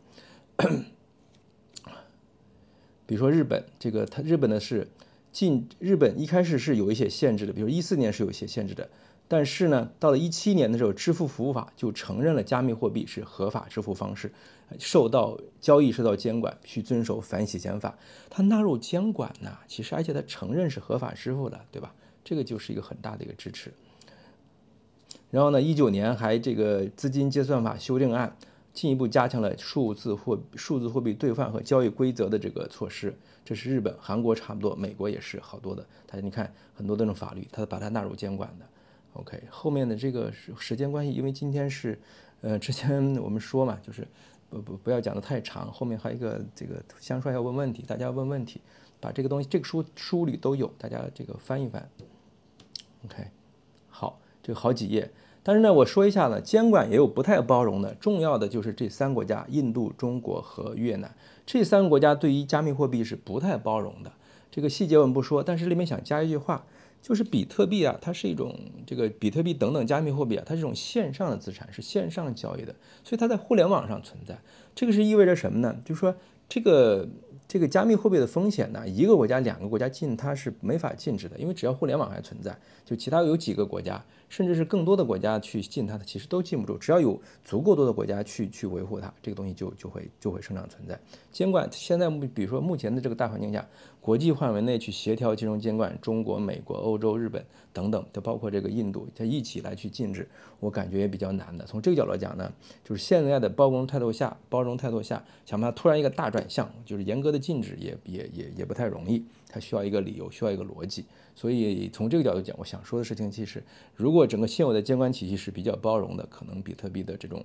比如说日本，日本的是。日本一开始是有一些限制的，比如14年是有一些限制的，但是呢，到了17年的时候，支付服务法就承认了加密货币是合法支付方式，交易受到监管，需遵守反洗钱法。它纳入监管呢，其实而且它承认是合法支付的，对吧？这个就是一个很大的一个支持。然后呢，19年还这个资金结算法修正案，进一步加强了数字货币兑换和交易规则的这个措施。这是日本、韩国差不多，美国也是好多的。你看很多这种法律，它把它纳入监管的。OK， 后面的这个时间关系，因为今天是，之前我们说嘛，就是不要讲得太长。后面还有一个这个香帅要问问题，大家问问题，把这个东西，这个书里都有，大家这个翻一翻。OK， 好，这个好几页。但是呢，我说一下呢，监管也有不太包容的，重要的就是这3国家，印度、中国和越南。这3个国家对于加密货币是不太包容的，这个细节我们不说，但是里面想加一句话，就是比特币啊，它是一种比特币等等加密货币啊，它是一种线上的资产，是线上交易的，所以它在互联网上存在。这个是意味着什么呢？就是说这个加密货币的风险呢，一个国家、2个国家进它是没法禁止的，因为只要互联网还存在，就其他有几个国家，甚至是更多的国家去禁它的，其实都禁不住。只要有足够多的国家去维护它，这个东西就会生长存在。监管现在比如说目前的这个大环境下，国际范围内去协调金融监管，中国、美国、欧洲、日本等等，就包括这个印度，它一起来去禁止，我感觉也比较难的。从这个角度来讲呢，就是现在的包容态度下，想把它突然一个大转向，就是严格的禁止也不太容易，它需要一个理由，需要一个逻辑。所以从这个角度讲，我想说的事情，其实如果整个现有的监管体系是比较包容的，可能比特币的这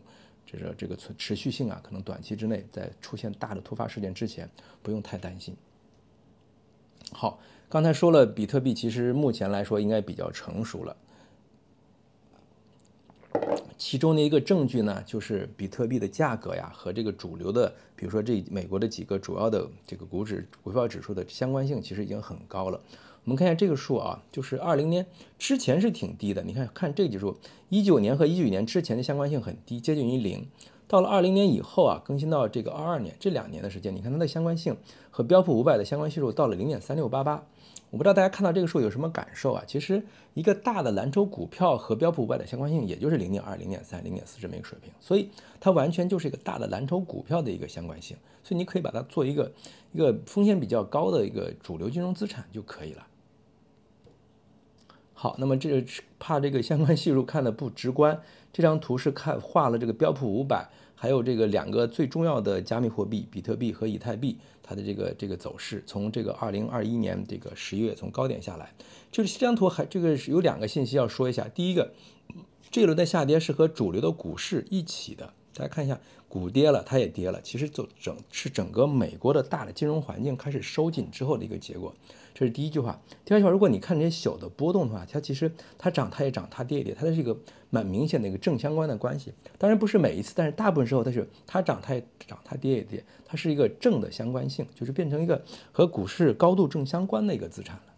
这个持续性啊，可能短期之内在出现大的突发事件之前，不用太担心。好，刚才说了，比特币其实目前来说应该比较成熟了。其中的一个证据呢，就是比特币的价格呀和这个主流的，比如说美国的几个主要的这个股票指数的相关性，其实已经很高了。我们看一下这个数啊，就是20年之前是挺低的。你看这个指数，19年和19年之前的相关性很低，接近于0。到了20年以后啊，更新到这个22年，这2年的时间，你看它的相关性和标普500的相关系数到了0.3688。我不知道大家看到这个数有什么感受啊？其实一个大的蓝筹股票和标普500的相关性也就是0.2、0.3、0.4这么一个水平，所以它完全就是一个大的蓝筹股票的一个相关性，所以你可以把它做一个风险比较高的一个主流金融资产就可以了。好，那么这怕这个相关系数看的不直观，这张图是画了这个标普500，还有这个2个最重要的加密货币比特币和以太币，它的这个走势，从这个2021年这个11月从高点下来，就是这张图这个有2个信息要说一下。第一个，这一轮的下跌是和主流的股市一起的，大家看一下，股跌了，它也跌了，其实是整个美国的大的金融环境开始收紧之后的一个结果。这是第一句话。第二句话，如果你看这些小的波动的话，它其实它涨它也涨，它跌也跌，它是一个蛮明显的一个正相关的关系。当然不是每一次，但是大部分时候它涨它也涨，它跌也跌，它是一个正的相关性，就是变成一个和股市高度正相关的一个资产了。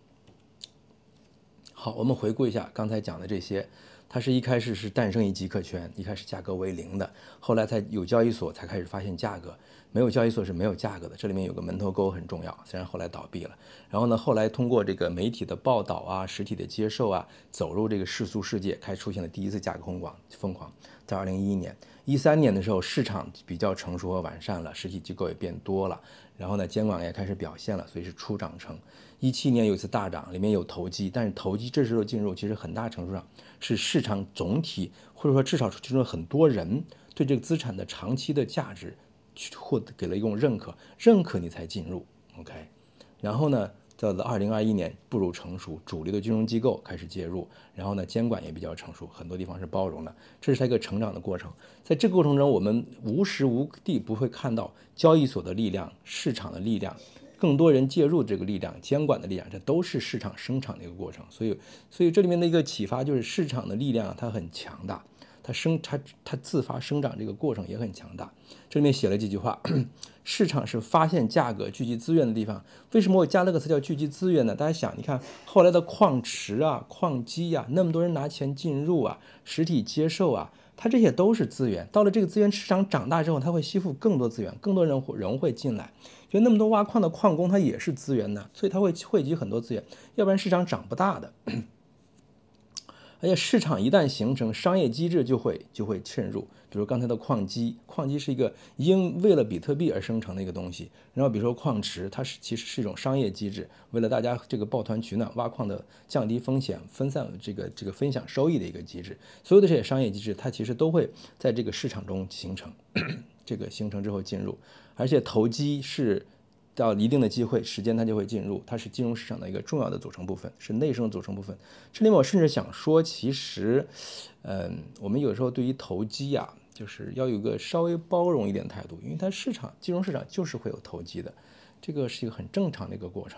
好，我们回顾一下刚才讲的这些。它是一开始是诞生于极客圈，一开始价格为0的，后来才有交易所才开始发现价格，没有交易所是没有价格的，这里面有个门头沟很重要，虽然后来倒闭了。然后呢，后来通过这个媒体的报道啊，实体的接受啊，走入这个世俗世界，开始出现了第一次价格疯狂，在2011年。13年的时候，市场比较成熟和完善了，实体机构也变多了，然后呢，监管也开始表现了，所以是初涨成。17年有一次大涨，里面有投机，但是投机这时候进入，其实很大程度上是市场总体，或者说至少其中很多人对这个资产的长期的价值给了一种认可你才进入 ，OK。然后呢，到了2021年步入成熟，主流的金融机构开始介入，然后呢，监管也比较成熟，很多地方是包容的，这是它一个成长的过程。在这个过程中，我们无时无地不会看到交易所的力量、市场的力量。更多人介入这个力量，监管的力量，这都是市场生产的一个过程。所以这里面的一个启发就是市场的力量它很强大，它自发生长这个过程也很强大。这里面写了几句话，市场是发现价格、聚集资源的地方。为什么我加了个词叫聚集资源呢？大家想，你看后来的矿池啊、矿机啊，那么多人拿钱进入啊，实体接受啊，它这些都是资源。到了这个资源市场长大之后，它会吸附更多资源，更多人会进来。就那么多挖矿的矿工，它也是资源呢，所以它会汇集很多资源，要不然市场长不大的。而且市场一旦形成，商业机制就会渗入。比如刚才的矿机是一个为了比特币而生成的一个东西。然后比如说矿池，它其实是一种商业机制，为了大家这个抱团取暖、挖矿的降低风险、分散这个分享收益的一个机制。所有的这些商业机制，它其实都会在这个市场中形成，这个形成之后进入。而且投机是到一定的机会时间它就会进入，它是金融市场的一个重要的组成部分，是内生的组成部分。这里面我甚至想说，其实我们有时候对于投机啊，就是要有一个稍微包容一点态度，因为它金融市场就是会有投机的，这个是一个很正常的一个过程。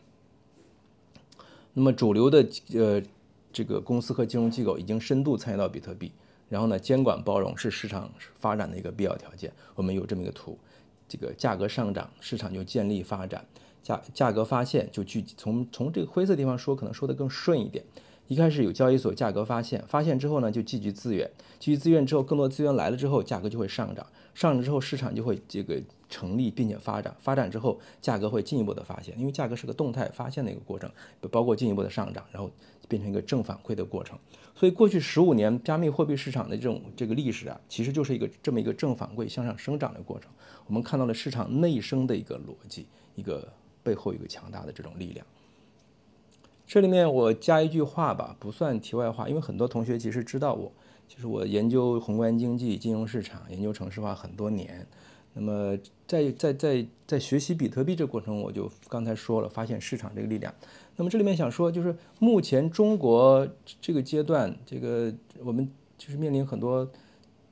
那么主流的这个公司和金融机构已经深度参与到比特币，然后呢，监管包容是市场发展的一个必要条件。我们有这么一个图，这个价格上涨，市场就建立发展，价格发现就聚集。从这个灰色地方说，可能说的更顺一点。一开始有交易所价格发现之后呢，就聚集资源，聚集资源之后，更多资源来了之后，价格就会上涨，上涨之后，市场就会这个成立并且发展，发展之后，价格会进一步的发现，因为价格是个动态发现的一个过程，包括进一步的上涨，然后变成一个正反馈的过程。所以过去15年加密货币市场的这个历史啊，其实就是这么一个正反馈向上生长的过程。我们看到了市场内生的一个逻辑，一个背后一个强大的这种力量。这里面我加一句话吧，不算题外话，因为很多同学其实知道就是我研究宏观经济、金融市场、研究城市化很多年。那么在学习比特币这个过程，我就刚才说了，发现市场这个力量。那么这里面想说，就是目前中国这个阶段，这个我们就是面临很多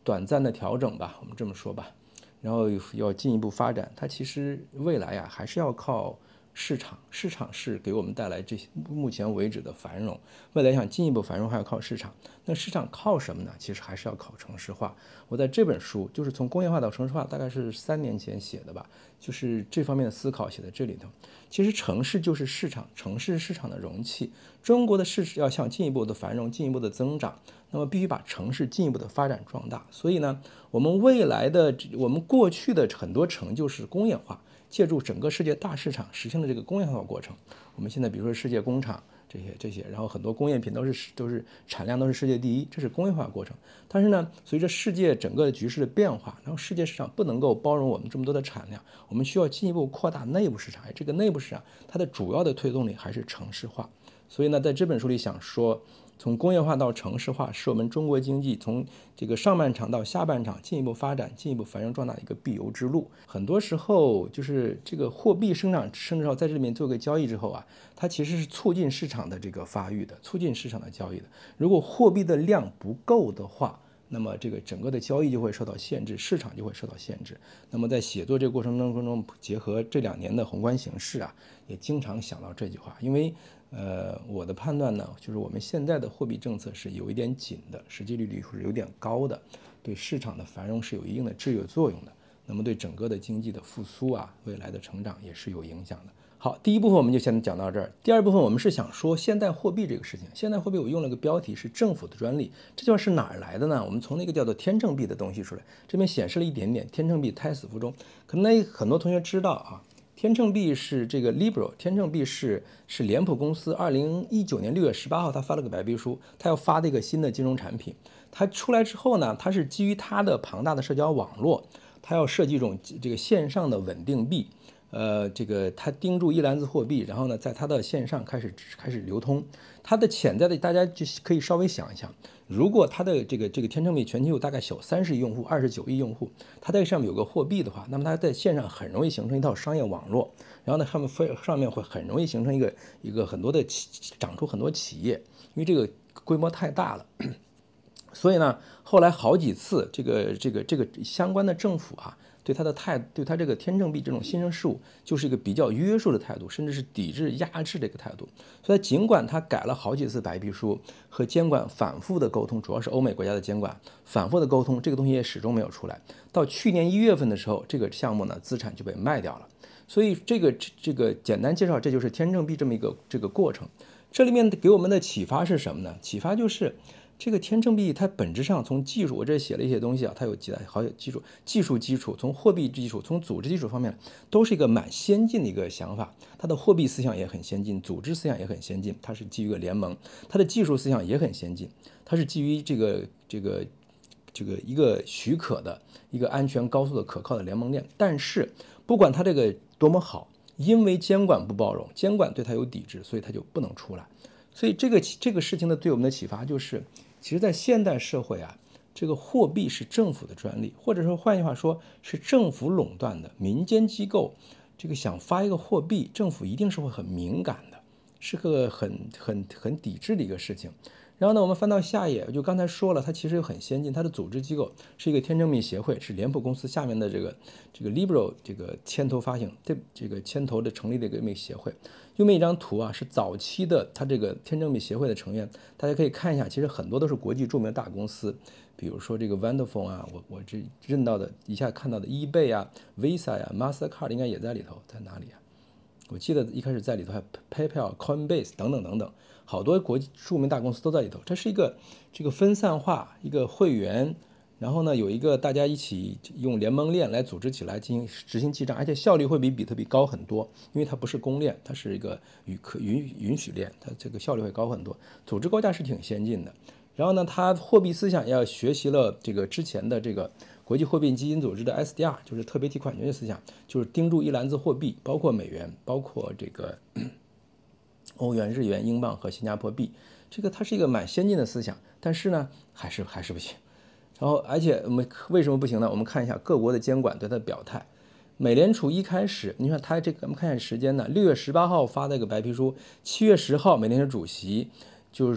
短暂的调整吧，我们这么说吧，然后要进一步发展，它其实未来还是要靠市场，市场是给我们带来这些目前为止的繁荣，未来想进一步繁荣还要靠市场。那市场靠什么呢？其实还是要靠城市化。我在这本书就是从工业化到城市化，大概是3年前写的吧，就是这方面的思考写在这里头。其实城市就是市场，城市是市场的容器。中国的市要想进一步的繁荣，进一步的增长，那么必须把城市进一步的发展壮大。所以呢，我们过去的很多成就是工业化。借助整个世界大市场实现了这个工业化过程。我们现在比如说世界工厂这些，然后很多工业品都是产量都是世界第一，这是工业化过程。但是呢，随着世界整个的局势的变化，然后世界市场不能够包容我们这么多的产量，我们需要进一步扩大内部市场。这个内部市场它的主要的推动力还是城市化。所以呢，在这本书里想说，从工业化到城市化是我们中国经济从这个上半场到下半场进一步发展、进一步繁荣壮大的一个必由之路。很多时候就是这个货币生长之后，在这里面做个交易之后啊，它其实是促进市场的这个发育的，促进市场的交易的。如果货币的量不够的话，那么这个整个的交易就会受到限制，市场就会受到限制。那么在写作这个过程当中，结合这2年的宏观形势啊，也经常想到这句话。因为我的判断呢，就是我们现在的货币政策是有一点紧的，实际利率是有点高的，对市场的繁荣是有一定的制约作用的。那么对整个的经济的复苏啊，未来的成长也是有影响的。好，第一部分我们就先讲到这儿。第二部分我们是想说现代货币这个事情。现代货币我用了个标题是政府的专利，这句话是哪儿来的呢？我们从那个叫做天秤币的东西出来，这边显示了一点点天秤币胎死腹中。可能很多同学知道啊，天秤币是这个 Libra， 天秤币是脸谱公司2019年6月18号他发了个白皮书，他要发的一个新的金融产品。它出来之后呢，它是基于它的庞大的社交网络，它要设计一种这个线上的稳定币。这个它盯住一篮子货币，然后呢，在它的线上开始流通。它的潜在的，大家就可以稍微想一想，如果它的这个天秤币全球有大概小30亿用户，29亿用户，它在上面有个货币的话，那么它在线上很容易形成一套商业网络，然后呢，上面会很容易形成一个很多的长出很多企业，因为这个规模太大了。所以呢，后来好几次这个相关的政府啊，对它这个天秤币这种新生事物，就是一个比较约束的态度，甚至是抵制、压制这个态度。所以尽管它改了好几次白皮书，和监管反复的沟通，主要是欧美国家的监管反复的沟通，这个东西也始终没有出来。到去年1月份的时候，这个项目呢资产就被卖掉了。所以这个简单介绍，这就是天秤币这么一个这个过程。这里面给我们的启发是什么呢？启发就是这个天秤币它本质上从技术，我这写了一些东西啊，它有好几技术基础，从货币基础，从组织基础方面都是一个蛮先进的一个想法。它的货币思想也很先进，组织思想也很先进，它是基于一个联盟，它的技术思想也很先进，它是基于这个一个许可的一个安全高速的可靠的联盟链。但是不管它这个多么好，因为监管不包容，监管对它有抵制，所以它就不能出来。所以这个事情呢，对我们的启发就是，其实在现代社会啊，这个货币是政府的专利，或者说换句话说是政府垄断的。民间机构这个想发一个货币，政府一定是会很敏感的，是个很抵制的一个事情。然后呢，我们翻到下一页，就刚才说了，它其实很先进，它的组织机构是一个天秤币协会，是脸谱公司下面的这个 Libra 这个牵头发行，这个牵头的成立的一个协会。右面一张图啊，是早期的它这个天秤币协会的成员，大家可以看一下，其实很多都是国际著名的大公司，比如说这个 Vodafone 啊，我这认到的一下看到的 eBay 啊、Visa 呀、Mastercard 应该也在里头，在哪里啊？我记得一开始在里头还 PayPal、Coinbase 等等等等，好多国际著名大公司都在里头。这是一个这个分散化一个会员，然后呢有一个大家一起用联盟链来组织起来进行执行记账，而且效率会比比特币高很多，因为它不是公链，它是一个允许链，它这个效率会高很多，组织构架是挺先进的。然后呢，它货币思想也要学习了这个之前的这个国际货币基金组织的 SDR， 就是特别提款权的思想，就是盯住一篮子货币，包括美元，包括这个欧元、日元、英镑和新加坡币。这个它是一个蛮先进的思想，但是呢，还是不行。然后，而且我们为什么不行呢？我们看一下各国的监管对它的表态。美联储一开始，你看它这个，我们看一下时间呢，6月18号发的一个白皮书，7月10号美联储主席就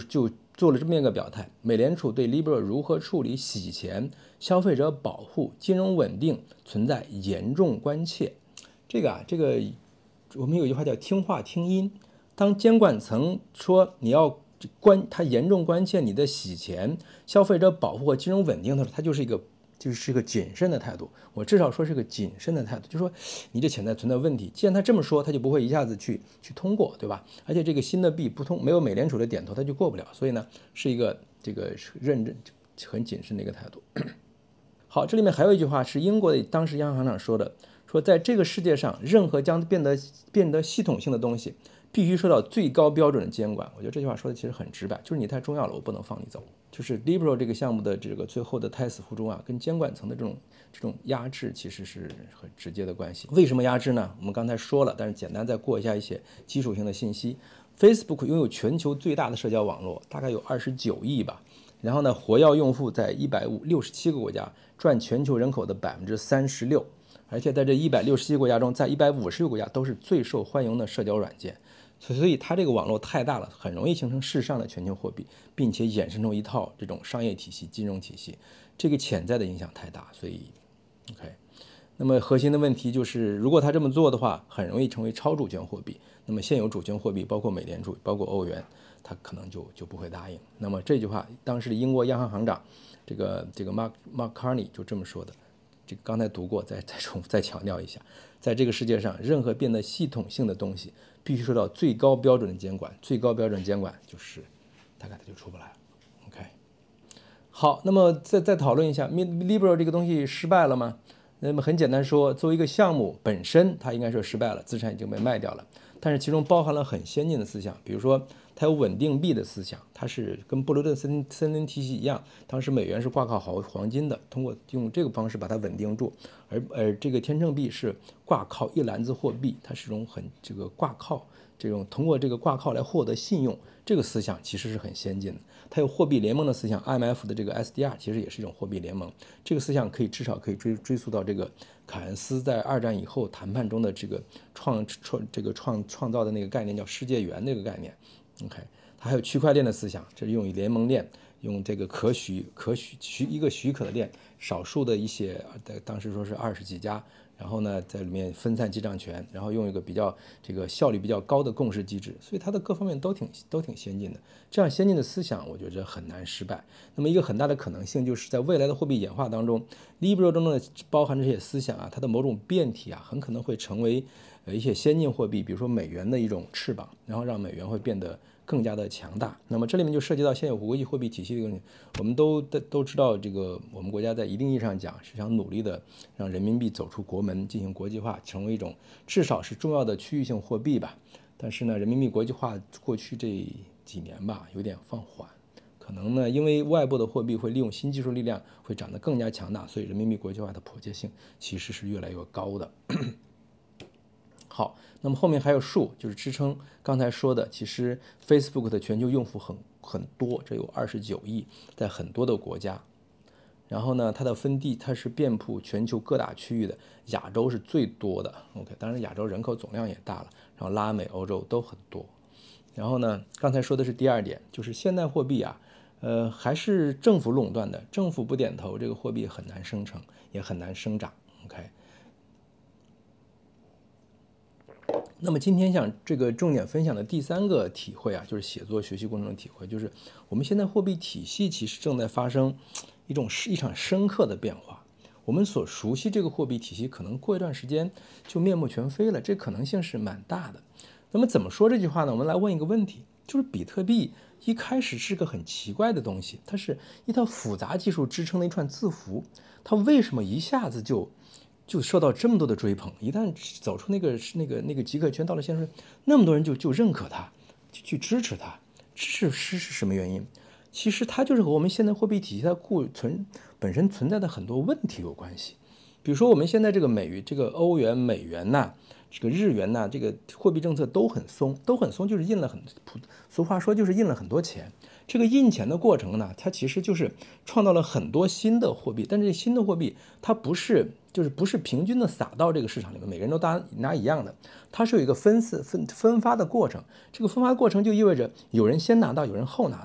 做了这么一个表态，美联储对 Libra 如何处理洗钱、消费者保护、金融稳定存在严重关切。这个我们有一句话叫听话听音。当监管层说你要他严重关切你的洗钱、消费者保护和金融稳定的时候，它就是一个谨慎的态度。我至少说是个谨慎的态度，就是说你这潜在存在问题。既然他这么说，他就不会一下子去通过，对吧？而且这个新的币不通，没有美联储的点头，它就过不了。所以呢，是一个这个认真、很谨慎的一个态度。好，这里面还有一句话是英国的当时央行行长说的，说在这个世界上，任何将变得系统性的东西，必须受到最高标准的监管。我觉得这句话说的其实很直白，就是你太重要了，我不能放你走。就是 Libra 这个项目的这个最后的胎死腹中啊，跟监管层的这种压制其实是很直接的关系。为什么压制呢？我们刚才说了，但是简单再过一下一些基础性的信息。Facebook 拥有全球最大的社交网络，大概有29亿吧。然后呢，活跃用户在167个国家，占全球人口的36%。而且在这167个国家中，在150个国家都是最受欢迎的社交软件。所以它这个网络太大了，很容易形成世上的全球货币，并且衍生出一套这种商业体系、金融体系，这个潜在的影响太大。所以 OK， 那么核心的问题就是，如果他这么做的话，很容易成为超主权货币。那么现有主权货币，包括美联储、包括欧元，他可能就不会答应。那么这句话，当时的英国央行行长这个 Mark Carney 就这么说的。这个刚才读过，再强调一下，在这个世界上，任何变得系统性的东西，必须受到最高标准的监管。最高标准监管就是大概它就出不来了。OK， 好，那么再讨论一下 Libra 这个东西失败了吗？那么很简单说，作为一个项目本身，它应该是失败了，资产已经被卖掉了。但是其中包含了很先进的思想，比如说它有稳定币的思想，它是跟布罗顿森林体系一样，当时美元是挂靠黄金的，通过用这个方式把它稳定住，而这个天秤币是挂靠一篮子货币，它是一种这个挂靠，通过这个挂靠来获得信用，这个思想其实是很先进的。它有货币联盟的思想 ，IMF 的这个 SDR 其实也是一种货币联盟，这个思想至少可以追溯到这个凯恩斯在二战以后谈判中的这个创造的那个概念叫世界元那个概念。OK， 它还有区块链的思想，这是用于联盟链，用这个一个许可的链，少数的一些当时说是20几家，然后呢在里面分散记账权，然后用一个比较这个效率比较高的共识机制，所以它的各方面都挺先进的。这样先进的思想，我觉得很难失败。那么一个很大的可能性就是在未来的货币演化当中 ，Libra 中的包含这些思想啊，它的某种变体啊，很可能会成为一些先进货币，比如说美元的一种翅膀，然后让美元会变得更加的强大。那么这里面就涉及到现有国际货币体系的问题。我们都知道，这个我们国家在一定意义上讲是想努力的让人民币走出国门，进行国际化，成为一种至少是重要的区域性货币吧。但是呢，人民币国际化过去这几年吧，有点放缓。可能呢，因为外部的货币会利用新技术力量会长得更加强大，所以人民币国际化的迫切性其实是越来越高的。好，那么后面还有数，就是支撑刚才说的，其实 Facebook 的全球用户很多，这有29亿，在很多的国家。然后呢，它的分地它是遍布全球各大区域的，亚洲是最多的。OK， 当然亚洲人口总量也大了，然后拉美、欧洲都很多。然后呢，刚才说的是第二点，就是现代货币啊，还是政府垄断的，政府不点头，这个货币很难生成，也很难生长。OK。那么今天想这个重点分享的第3个体会啊，就是写作学习过程中的体会，就是我们现在货币体系其实正在发生一场深刻的变化。我们所熟悉这个货币体系，可能过一段时间就面目全非了，这可能性是蛮大的。那么怎么说这句话呢？我们来问一个问题，就是比特币一开始是个很奇怪的东西，它是一套复杂技术支撑的一串字符，它为什么一下子就受到这么多的追捧？一旦走出那个极客圈，到了现在，那么多人就认可它，去支持它，是什么原因？其实它就是和我们现在货币体系它本身存在的很多问题有关系。比如说我们现在这个欧元、美元呐，这个日元呐，这个货币政策都很松，就是俗话说就是印了很多钱。这个印钱的过程呢，它其实就是创造了很多新的货币，但是这新的货币它不是平均的撒到这个市场里面，每个人都拿一样的，它是有一个分发的过程。这个分发的过程就意味着有人先拿到，有人后拿到。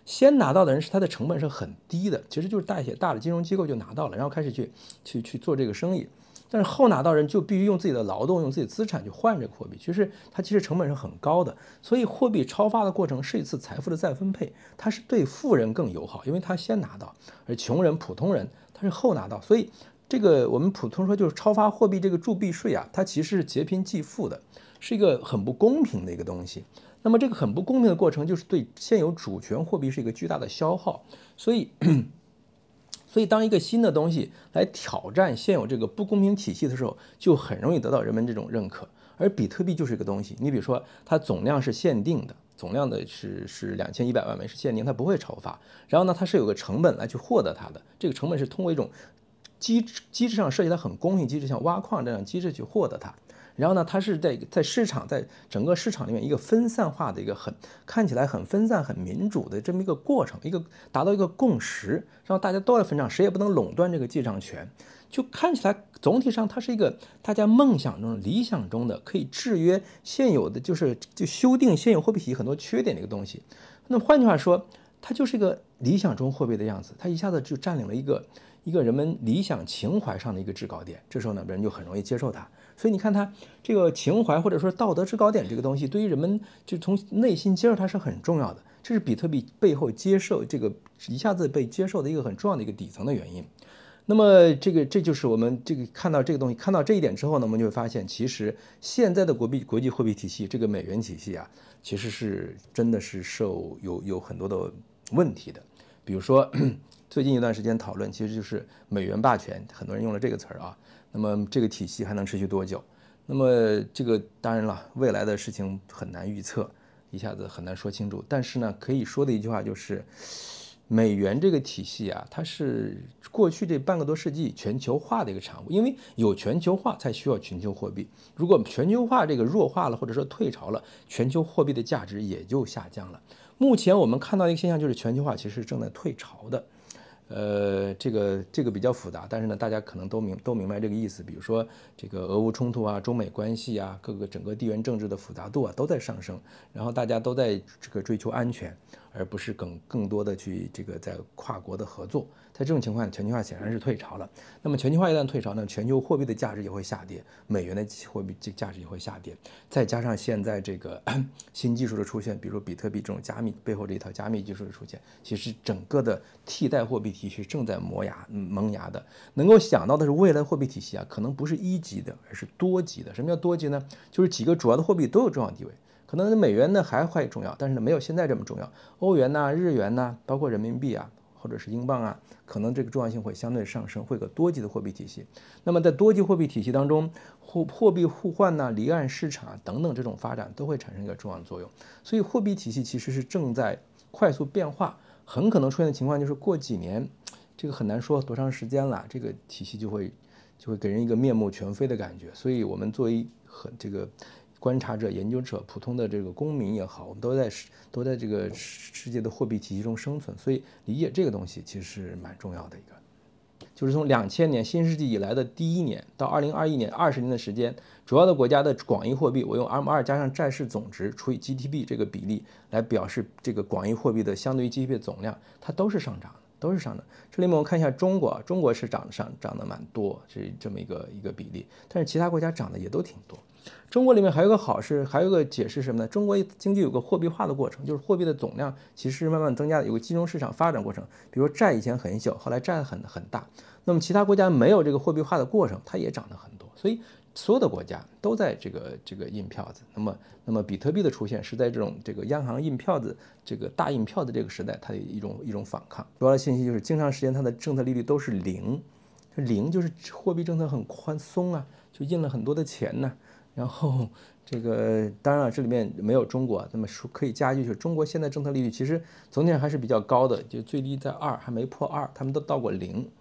先拿到的人是他的成本是很低的，其实就是大的金融机构就拿到了，然后开始去做这个生意。但是后拿到人就必须用自己的劳动、用自己的资产去换这个货币，其实它成本是很高的。所以货币超发的过程是一次财富的再分配，它是对富人更友好，因为他先拿到，而穷人、普通人他是后拿到。所以这个我们普通说就是超发货币这个铸币税啊，它其实是劫贫济富的，是一个很不公平的一个东西。那么这个很不公平的过程就是对现有主权货币是一个巨大的消耗，所以当一个新的东西来挑战现有这个不公平体系的时候，就很容易得到人们这种认可。而比特币就是一个东西，你比如说它总量是限定的，总量的是2100万枚是限定，它不会超发。然后呢，它是有个成本来去获得它的，这个成本是通过一种机制上设计的很公平机制，像挖矿这样机制去获得它。然后呢，它是在市场，在整个市场里面一个分散化的一个看起来很分散、很民主的这么一个过程，达到一个共识，让大家都来分账，谁也不能垄断这个记账权。就看起来总体上它是一个大家梦想中、理想中的可以制约现有的，就修订现有货币体系很多缺点的一个东西。那么换句话说，它就是一个理想中货币的样子，它一下子就占领了一个人们理想情怀上的一个制高点。这时候呢，人就很容易接受它。所以你看它这个情怀或者说道德制高点这个东西，对于人们就从内心接受它是很重要的。这是比特币背后接受这个一下子被接受的一个很重要的一个底层的原因。那么这就是我们看到这个东西，看到这一点之后呢，我们就会发现，其实现在的国际货币体系，这个美元体系啊，其实是真的是有很多的问题的。比如说最近一段时间讨论，其实就是美元霸权，很多人用了这个词儿啊。那么这个体系还能持续多久？那么这个当然了，未来的事情很难预测，一下子很难说清楚。但是呢，可以说的一句话就是，美元这个体系啊，它是过去这半个多世纪全球化的一个产物。因为有全球化才需要全球货币，如果全球化这个弱化了或者说退潮了，全球货币的价值也就下降了。目前我们看到一个现象就是全球化其实正在退潮的。这个比较复杂，但是呢，大家可能都明白这个意思。比如说这个俄乌冲突啊、中美关系啊、整个地缘政治的复杂度啊都在上升，然后大家都在这个追求安全，而不是更多的去在跨国的合作。在这种情况下，全球化显然是退潮了。那么全球化一旦退潮呢，全球货币的价值也会下跌，美元的货币价值也会下跌。再加上现在这个新技术的出现，比如说比特币这种加密背后这一套加密技术的出现，其实整个的替代货币体系正在萌芽的。能够想到的是，未来货币体系啊，可能不是一级的，而是多级的。什么叫多级呢？就是几个主要的货币都有重要地位。可能美元呢还会重要，但是呢没有现在这么重要。欧元呐、日元呐，包括人民币啊，或者是英镑啊，可能这个重要性会相对上升，会有个多级的货币体系。那么在多级货币体系当中，货币互换呐、离岸市场等等这种发展都会产生一个重要的作用。所以货币体系其实是正在快速变化，很可能出现的情况就是过几年，这个很难说多长时间了，这个体系就会给人一个面目全非的感觉。所以我们作为观察者、研究者、普通的这个公民也好，我们都在这个世界的货币体系中生存，所以理解这个东西其实是蛮重要的一个。就是从2000年新世纪以来的第一年到2021年20年的时间，主要的国家的广义货币，我用 M2 加上债市总值除以 GDP 这个比例来表示这个广义货币的相对于 GDP 的总量，它都是上涨的。这里面我们看一下中国是涨得蛮多，是这么一个比例，但是其他国家涨的也都挺多。中国里面还有一个解释什么呢？中国经济有个货币化的过程，就是货币的总量其实慢慢增加的，有个金融市场发展过程。比如说债以前很小，后来债很大。那么其他国家没有这个货币化的过程，它也涨得很多。所以所有的国家都在这个印票子。那么比特币的出现是在这个央行印票子这个大印票的这个时代，它的一种反抗。主要的信息就是经常时间它的政策利率都是零，就是货币政策很宽松啊，就印了很多的钱呢。然后这个当然了，这里面没有中国，那么可以加进去。中国现在政策利率其实总体上还是比较高的，就最低在2，还没破2，他们都到过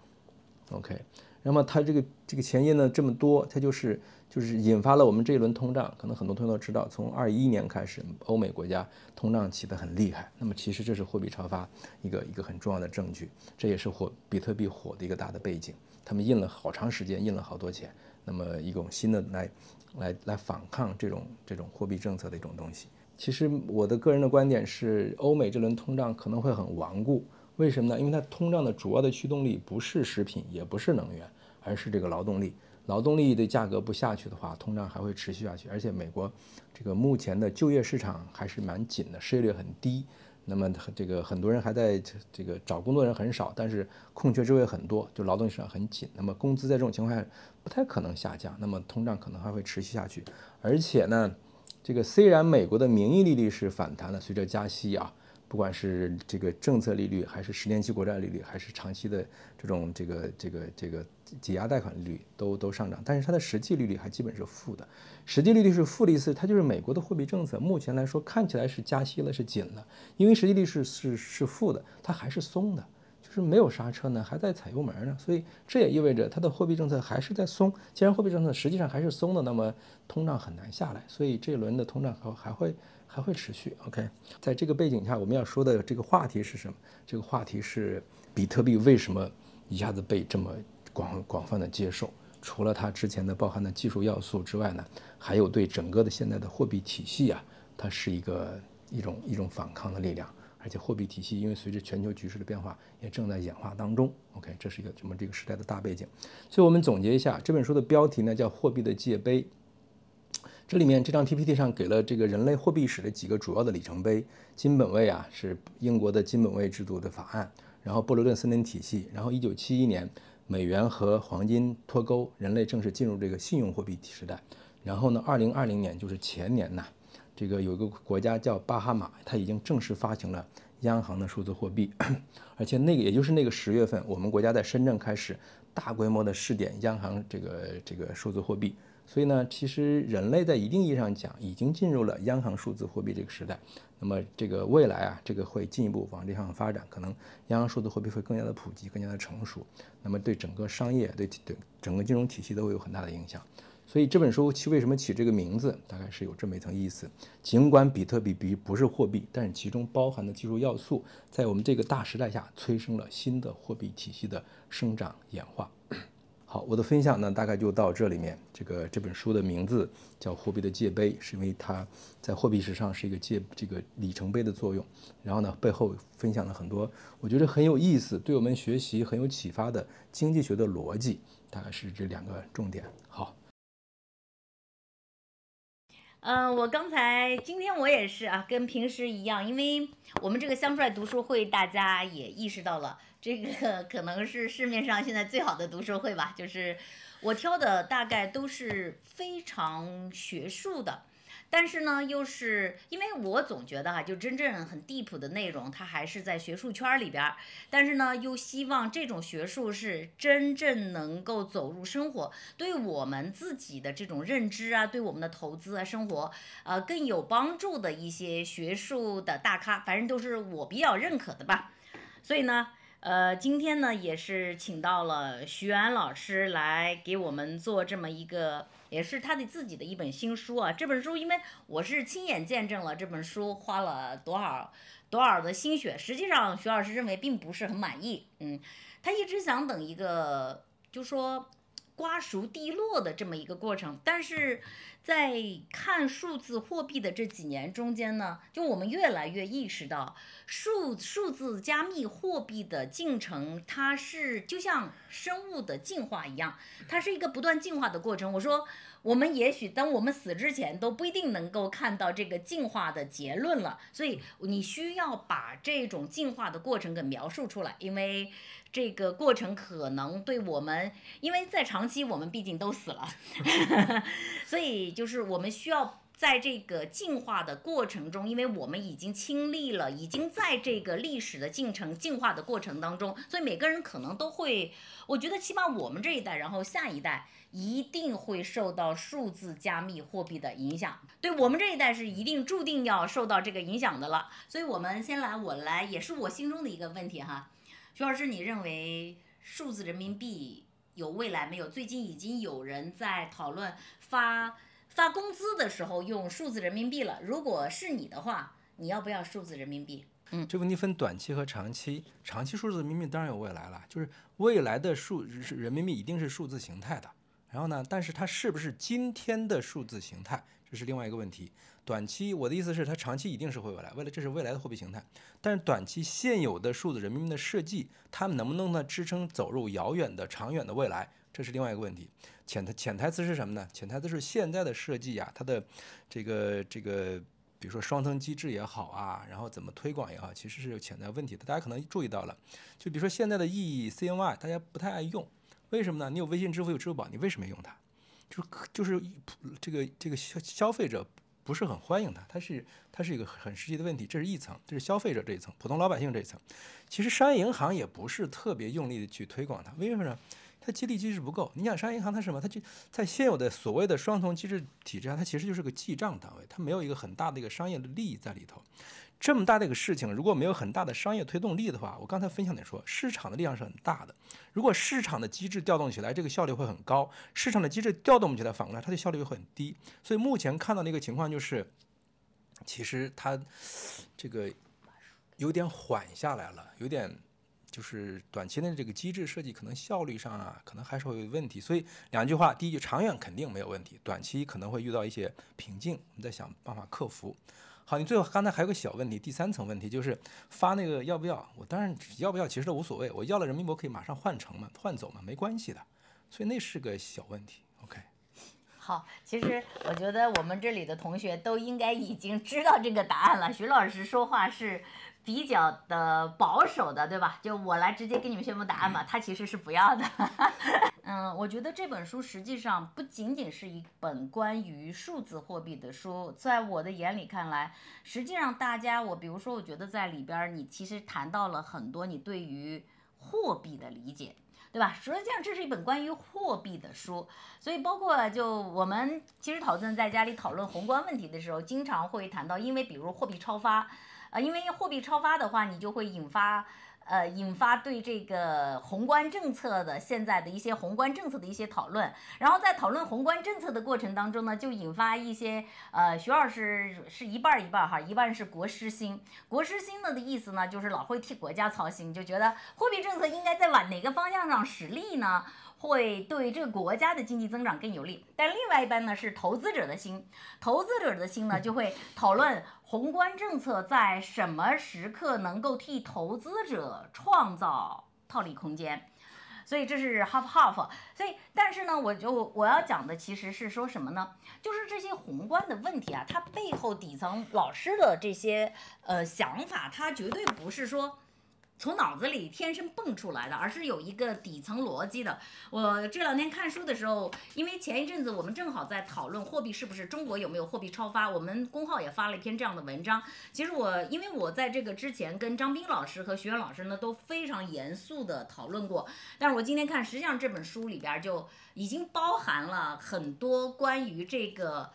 0。OK， 那么它这个钱印了这么多，它就是引发了我们这一轮通胀。可能很多同学都知道，从21年开始，欧美国家通胀起得很厉害。那么其实这是货币超发一个很重要的证据，这也是比特币火的一个大的背景。他们印了好长时间，印了好多钱。那么一种新的来反抗这种货币政策的一种东西。 其实我的个人的观点是，欧美这轮通胀可能会很顽固。为什么呢？因为它通胀的主要的驱动力不是食品，也不是能源，而是这个劳动力。劳动力的价格不下去的话，通胀还会持续下去。而且美国这个目前的就业市场还是蛮紧的，失业率很低。那么这个很多人还在这个找工作人很少，但是空缺职位很多，就劳动力市场很紧。那么工资在这种情况下不太可能下降，那么通胀可能还会持续下去。而且呢，这个虽然美国的名义利率是反弹了，随着加息啊，不管是这个政策利率，还是10年期国债利率，还是长期的这种这个抵押贷款利率都上涨，但是它的实际利率还基本是负的。实际利率是负的意思，它就是美国的货币政策目前来说看起来是加息了，是紧了，因为实际利率是负的，它还是松的，就是没有刹车呢，还在踩油门呢。所以这也意味着它的货币政策还是在松。既然货币政策实际上还是松的，那么通胀很难下来，所以这一轮的通胀还会持续。OK， 在这个背景下，我们要说的这个话题是什么？这个话题是比特币为什么一下子被这么广泛的接受？除了它之前的包含的技术要素之外呢，还有对整个的现在的货币体系啊，它是一种反抗的力量。而且货币体系因为随着全球局势的变化也正在演化当中。OK， 这是一个这个时代的大背景。所以我们总结一下，这本书的标题呢叫《货币的界碑》。这里面这张 PPT 上给了这个人类货币史的几个主要的里程碑。金本位啊是英国的金本位制度的法案，然后布雷顿森林体系，然后1971年美元和黄金脱钩，人类正式进入这个信用货币时代。然后呢，2020年就是前年呐，这个有一个国家叫巴哈马，它已经正式发行了央行的数字货币，而且也就是那个10月份，我们国家在深圳开始大规模的试点央行这个数字货币。所以呢，其实人类在一定意义上讲，已经进入了央行数字货币这个时代。那么这个未来啊，这个会进一步往这方向发展，可能央行数字货币会更加的普及，更加的成熟。那么对整个商业、对整个金融体系都会有很大的影响。所以这本书为什么起这个名字，大概是有这么一层意思。尽管比特币不是货币，但是其中包含的技术要素，在我们这个大时代下，催生了新的货币体系的生长演化。好，我的分享呢大概就到这里面。这本书的名字叫《货币的界碑》，是因为它在货币史上是一个这个里程碑的作用。然后呢，背后分享了很多我觉得很有意思，对我们学习很有启发的经济学的逻辑，大概是这2个重点。好。 我今天我也是啊，跟平时一样，因为我们这个香帅读书会，大家也意识到了，这个可能是市面上现在最好的读书会吧，就是我挑的大概都是非常学术的。但是呢，又是因为我总觉得就真正很 deep 的内容，它还是在学术圈里边。但是呢，又希望这种学术是真正能够走入生活，对我们自己的这种认知啊，对我们的投资啊、生活更有帮助的一些学术的大咖，反正都是我比较认可的吧。所以呢，今天呢也是请到了徐安老师来给我们做这么一个。也是他自己的一本新书啊，这本书因为我是亲眼见证了这本书花了多少的心血，实际上徐老师认为并不是很满意，他一直想等一个就说瓜熟蒂落的这么一个过程，但是在看数字货币的这几年中间呢，就我们越来越意识到数字加密货币的进程，它是就像生物的进化一样，它是一个不断进化的过程。我说我们也许当我们死之前都不一定能够看到这个进化的结论了，所以你需要把这种进化的过程给描述出来，因为这个过程可能对我们，因为在长期我们毕竟都死了所以就是我们需要在这个进化的过程中，因为我们已经经历了，已经在这个历史的进化的过程当中，所以每个人可能都会，我觉得起码我们这一代，然后下一代一定会受到数字加密货币的影响，对我们这一代是一定注定要受到这个影响的了。所以我们我来也是我心中的一个问题哈，徐老师，你认为数字人民币有未来没有？最近已经有人在讨论发工资的时候用数字人民币了，如果是你的话，你要不要数字人民币？ 这个问题分短期和长期。长期数字人民币当然有未来了，就是未来的人民币一定是数字形态的， 然后呢，但是它是不是今天的数字形态，这是另外一个问题。短期我的意思是，它长期一定是会未来，这是未来的货币形态。但是短期现有的数字人民币的设计，它们能不能呢支撑走入遥远的、长远的未来，这是另外一个问题。潜台词是什么呢？潜台词是现在的设计啊，它的这个，比如说双层机制也好啊，然后怎么推广也好，其实是有潜在问题的。大家可能注意到了，就比如说现在的 CNY， 大家不太爱用，为什么呢？你有微信支付，有支付宝，你为什么用它？就是这个消费者不是很欢迎它，它是一个很实际的问题，这是一层，这是消费者这一层，普通老百姓这一层。其实商业银行也不是特别用力的去推广它，为什么呢？它激励机制不够。你想商业银行它是什么？它就在现有的所谓的双重机制体制下，它其实就是个记账单位，它没有一个很大的一个商业的利益在里头。这么大的一个事情，如果没有很大的商业推动力的话，我刚才分享也说，市场的力量是很大的。如果市场的机制调动起来，这个效率会很高；市场的机制调动不起来，反过来它的效率会很低。所以目前看到的一个情况就是，其实它这个有点缓下来了，有点就是短期内这个机制设计可能效率上啊，可能还是会有问题。所以两句话，第一句长远肯定没有问题，短期可能会遇到一些瓶颈，我们在想办法克服。好，你最后刚才还有个小问题，第三层问题就是发那个要不要？我当然要不要其实都无所谓，我要了人民币我可以马上换成嘛，换走嘛，没关系的，所以那是个小问题。OK。 好，其实我觉得我们这里的同学都应该已经知道这个答案了。徐老师说话是比较的保守的，对吧？就我来直接给你们宣布答案吧，他其实是不要的。我觉得这本书实际上不仅仅是一本关于数字货币的书，在我的眼里看来，实际上大家，比如说，我觉得在里边你其实谈到了很多你对于货币的理解。对吧？实际上这是一本关于货币的书，所以包括就我们其实在家里讨论宏观问题的时候，经常会谈到，因为比如货币超发，因为货币超发的话，你就会引发对这个宏观政策的现在的一些宏观政策的一些讨论，然后在讨论宏观政策的过程当中呢，就引发一些徐老师是一半一半哈，一半是国师心，国师心的意思呢，就是老会替国家操心，就觉得货币政策应该在往哪个方向上使力呢？会对这个国家的经济增长更有利，但另外一半呢是投资者的心，投资者的心呢就会讨论宏观政策在什么时刻能够替投资者创造套利空间，所以这是 half。所以，但是呢，我要讲的其实是说什么呢？就是这些宏观的问题啊，它背后底层老师的这些想法，它绝对不是说从脑子里天生蹦出来的，而是有一个底层逻辑的。我这两天看书的时候，因为前一阵子我们正好在讨论货币是不是中国有没有货币超发，我们公号也发了一篇这样的文章。其实因为我在这个之前跟张斌老师和徐远老师呢都非常严肃的讨论过，但是我今天看，实际上这本书里边就已经包含了很多关于这个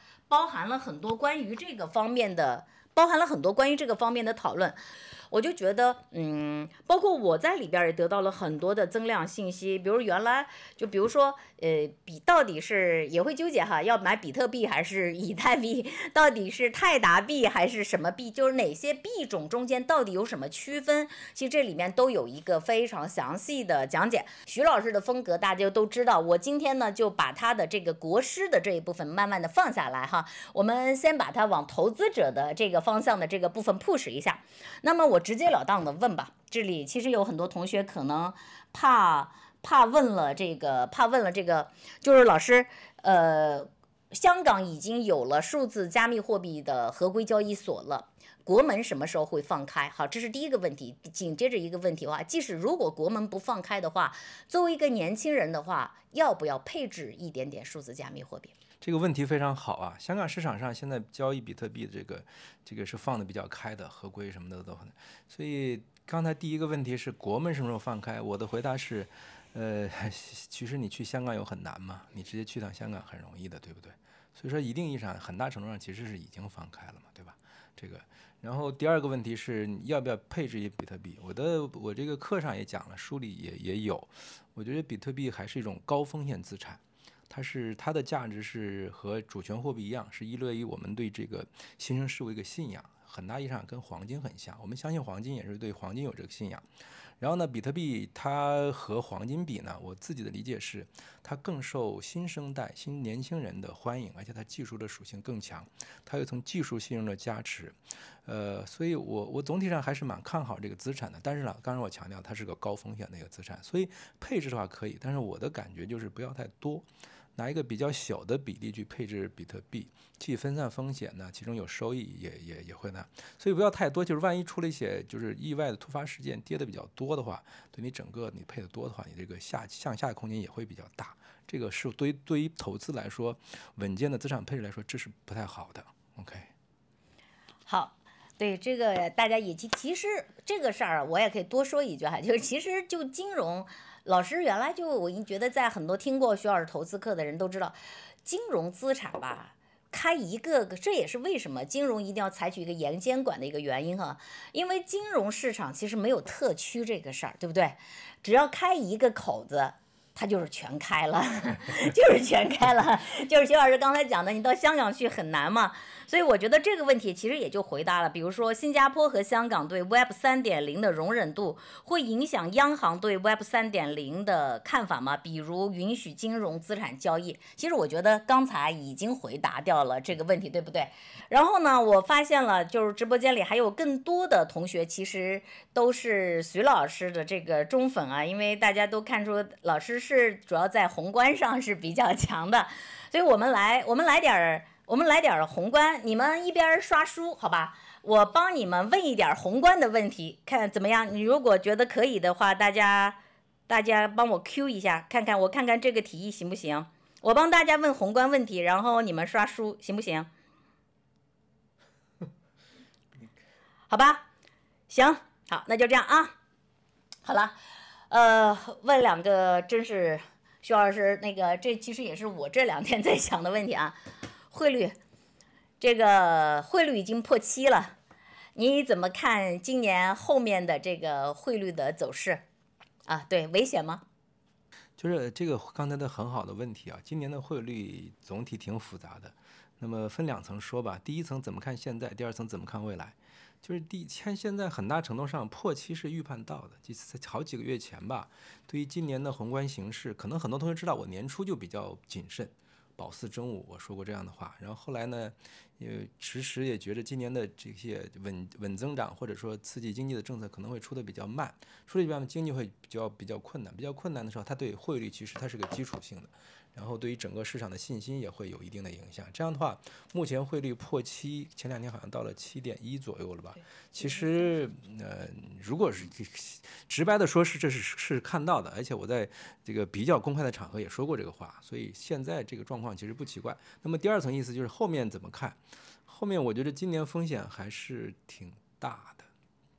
方面的讨论。我就觉得，包括我在里边也得到了很多的增量信息，比如原来就比如说，到底是也会纠结哈，要买比特币还是以太币，到底是泰达币还是什么币，就是哪些币种中间到底有什么区分，其实这里面都有一个非常详细的讲解。徐老师的风格大家都知道，我今天呢就把他的这个国师的这一部分慢慢的放下来哈，我们先把它往投资者的这个方向的这个部分 push 一下。那么我直截了当的问吧，这里其实有很多同学可能怕问了这个，就是老师，香港已经有了数字加密货币的合规交易所了，国门什么时候会放开？好，这是第一个问题。紧接着一个问题的话，即使如果国门不放开的话，作为一个年轻人的话，要不要配置一点点数字加密货币？ 这个问题非常好啊！香港市场上现在交易比特币的这个是放的比较开的，合规什么的都很。所以刚才第一个问题是国门什么时候放开？我的回答是，其实你去香港有很难嘛，你直接去趟香港很容易的，对不对？所以说一定意义上很大程度上其实是已经放开了嘛，对吧？这个，然后第二个问题是你要不要配置一比特币？我这个课上也讲了，书里也有，我觉得比特币还是一种高风险资产。它的价值是和主权货币一样，是依赖于我们对这个新生事物一个信仰。 很大意义上跟黄金很像，我们相信黄金也是对黄金有这个信仰。然后呢，比特币它和黄金比呢，我自己的理解是，它更受新生代、年轻人的欢迎，而且它技术的属性更强，它有从技术信用的加持，所以我总体上还是蛮看好这个资产的。但是呢，刚才我强调它是个高风险的一个资产，所以配置的话可以，但是我的感觉就是不要太多。拿一个比较小的比例去配置比特币，既分散风险呢，其中有收益也会呢，所以不要太多。就是万一出了一些就是意外的突发事件，跌的比较多的话，对你整个你配的多的话，你这个向下的空间也会比较大。这个是对于投资来说，稳健的资产配置来说，这是不太好的。OK， 好。对这个大家也其实这个事儿我也可以多说一句哈，就是其实就金融老师原来就我觉得在很多听过徐老师投资课的人都知道，金融资产吧，开一个这也是为什么金融一定要采取一个严监管的一个原因哈，因为金融市场其实没有特区这个事儿，对不对？只要开一个口子。它就是全开了，就是全开了，就是徐老师刚才讲的，你到香港去很难嘛，所以我觉得这个问题其实也就回答了。比如说，新加坡和香港对 Web 3.0的容忍度会影响央行对 Web 3.0的看法吗？比如允许金融资产交易，其实我觉得刚才已经回答掉了这个问题，对不对？然后呢，我发现了，就是直播间里还有更多的同学其实都是徐老师的这个忠粉啊，因为大家都看出老师是主要在宏观上是比较强的，所以我们来点宏观，你们一边刷书好吧，我帮你们问一点宏观的问题，看怎么样？你如果觉得可以的话，大家帮我 Q 一下，我看看这个提议行不行？我帮大家问宏观问题，然后你们刷书，行不行？好吧，行，好，那就这样啊。好了，问两个真是徐老师那个，这其实也是我这2天在想的问题啊。汇率，这个汇率已经破7了，你怎么看今年后面的这个汇率的走势？啊，对，危险吗？ 就是这个刚才的很好的问题啊，今年的汇率总体挺复杂的，那么分2层说吧。第一层怎么看现在，第2层怎么看未来。就是现在很大程度上破7是预判到的，就是好几个月前吧。对于今年的宏观形势，可能很多同学知道，我年初就比较谨慎，保4争5，我说过这样的话。然后后来呢，迟迟也觉得今年的这些稳增长或者说刺激经济的政策可能会出的比较慢，出的比较慢，经济会比较困难。比较困难的时候，它对汇率其实它是个基础性的。然后对于整个市场的信心也会有一定的影响。这样的话，目前汇率破7，前2天好像到了7.1左右了吧？其实，如果是直白的说，这是看到的，而且我在这个比较公开的场合也说过这个话，所以现在这个状况其实不奇怪。那么第2层意思就是后面怎么看？后面我觉得今年风险还是挺大的，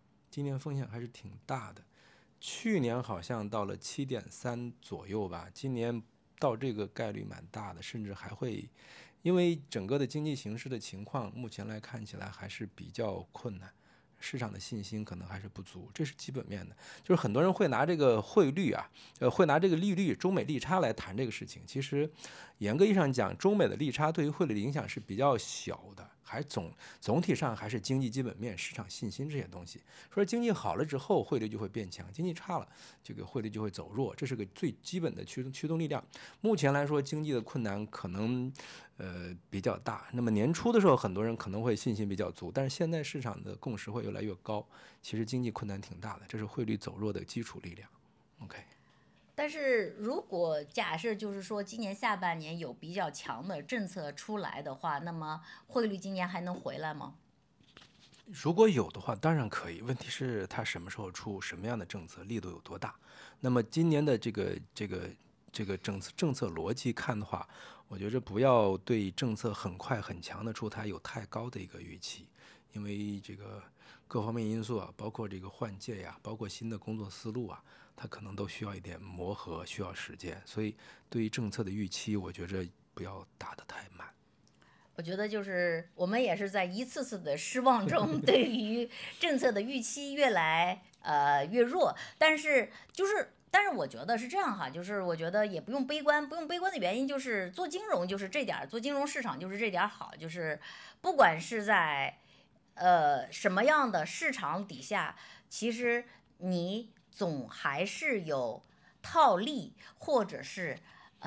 去年好像到了7.3左右吧，今年到这个概率蛮大的，甚至还会，因为整个的经济形势的情况，目前来看起来还是比较困难，市场的信心可能还是不足，这是基本面的。就是很多人会拿这个汇率啊，会拿这个利率、中美利差来谈这个事情。其实严格意义上讲，中美的利差对于汇率的影响是比较小的。还总体上还是经济基本面、市场信心这些东西。说经济好了之后，汇率就会变强；经济差了，这个汇率就会走弱，这是个最基本的驱动力量。目前来说，经济的困难可能比较大。那么年初的时候，很多人可能会信心比较足，但是现在市场的共识会越来越高。其实经济困难挺大的，这是汇率走弱的基础力量。OK。 但是如果假设就是说今年下半年有比较强的政策出来的话，那么汇率今年还能回来吗？ 如果有的话，当然可以。问题是它什么时候出，什么样的政策，力度有多大？那么今年的这个政策逻辑看的话，我觉着不要对政策很快很强的出台有太高的一个预期，因为这个各方面因素啊，包括这个换届呀，包括新的工作思路啊，它可能都需要一点磨合，需要时间。所以对于政策的预期，我觉着不要打得太慢。 我觉得就是我们也是在一次次的失望中，对于政策的预期越来越弱。但是我觉得是这样哈，就是我觉得也不用悲观，的原因就是做金融就是这点，做金融市场就是这点好，就是不管是在什么样的市场底下，其实你总还是有套利或者是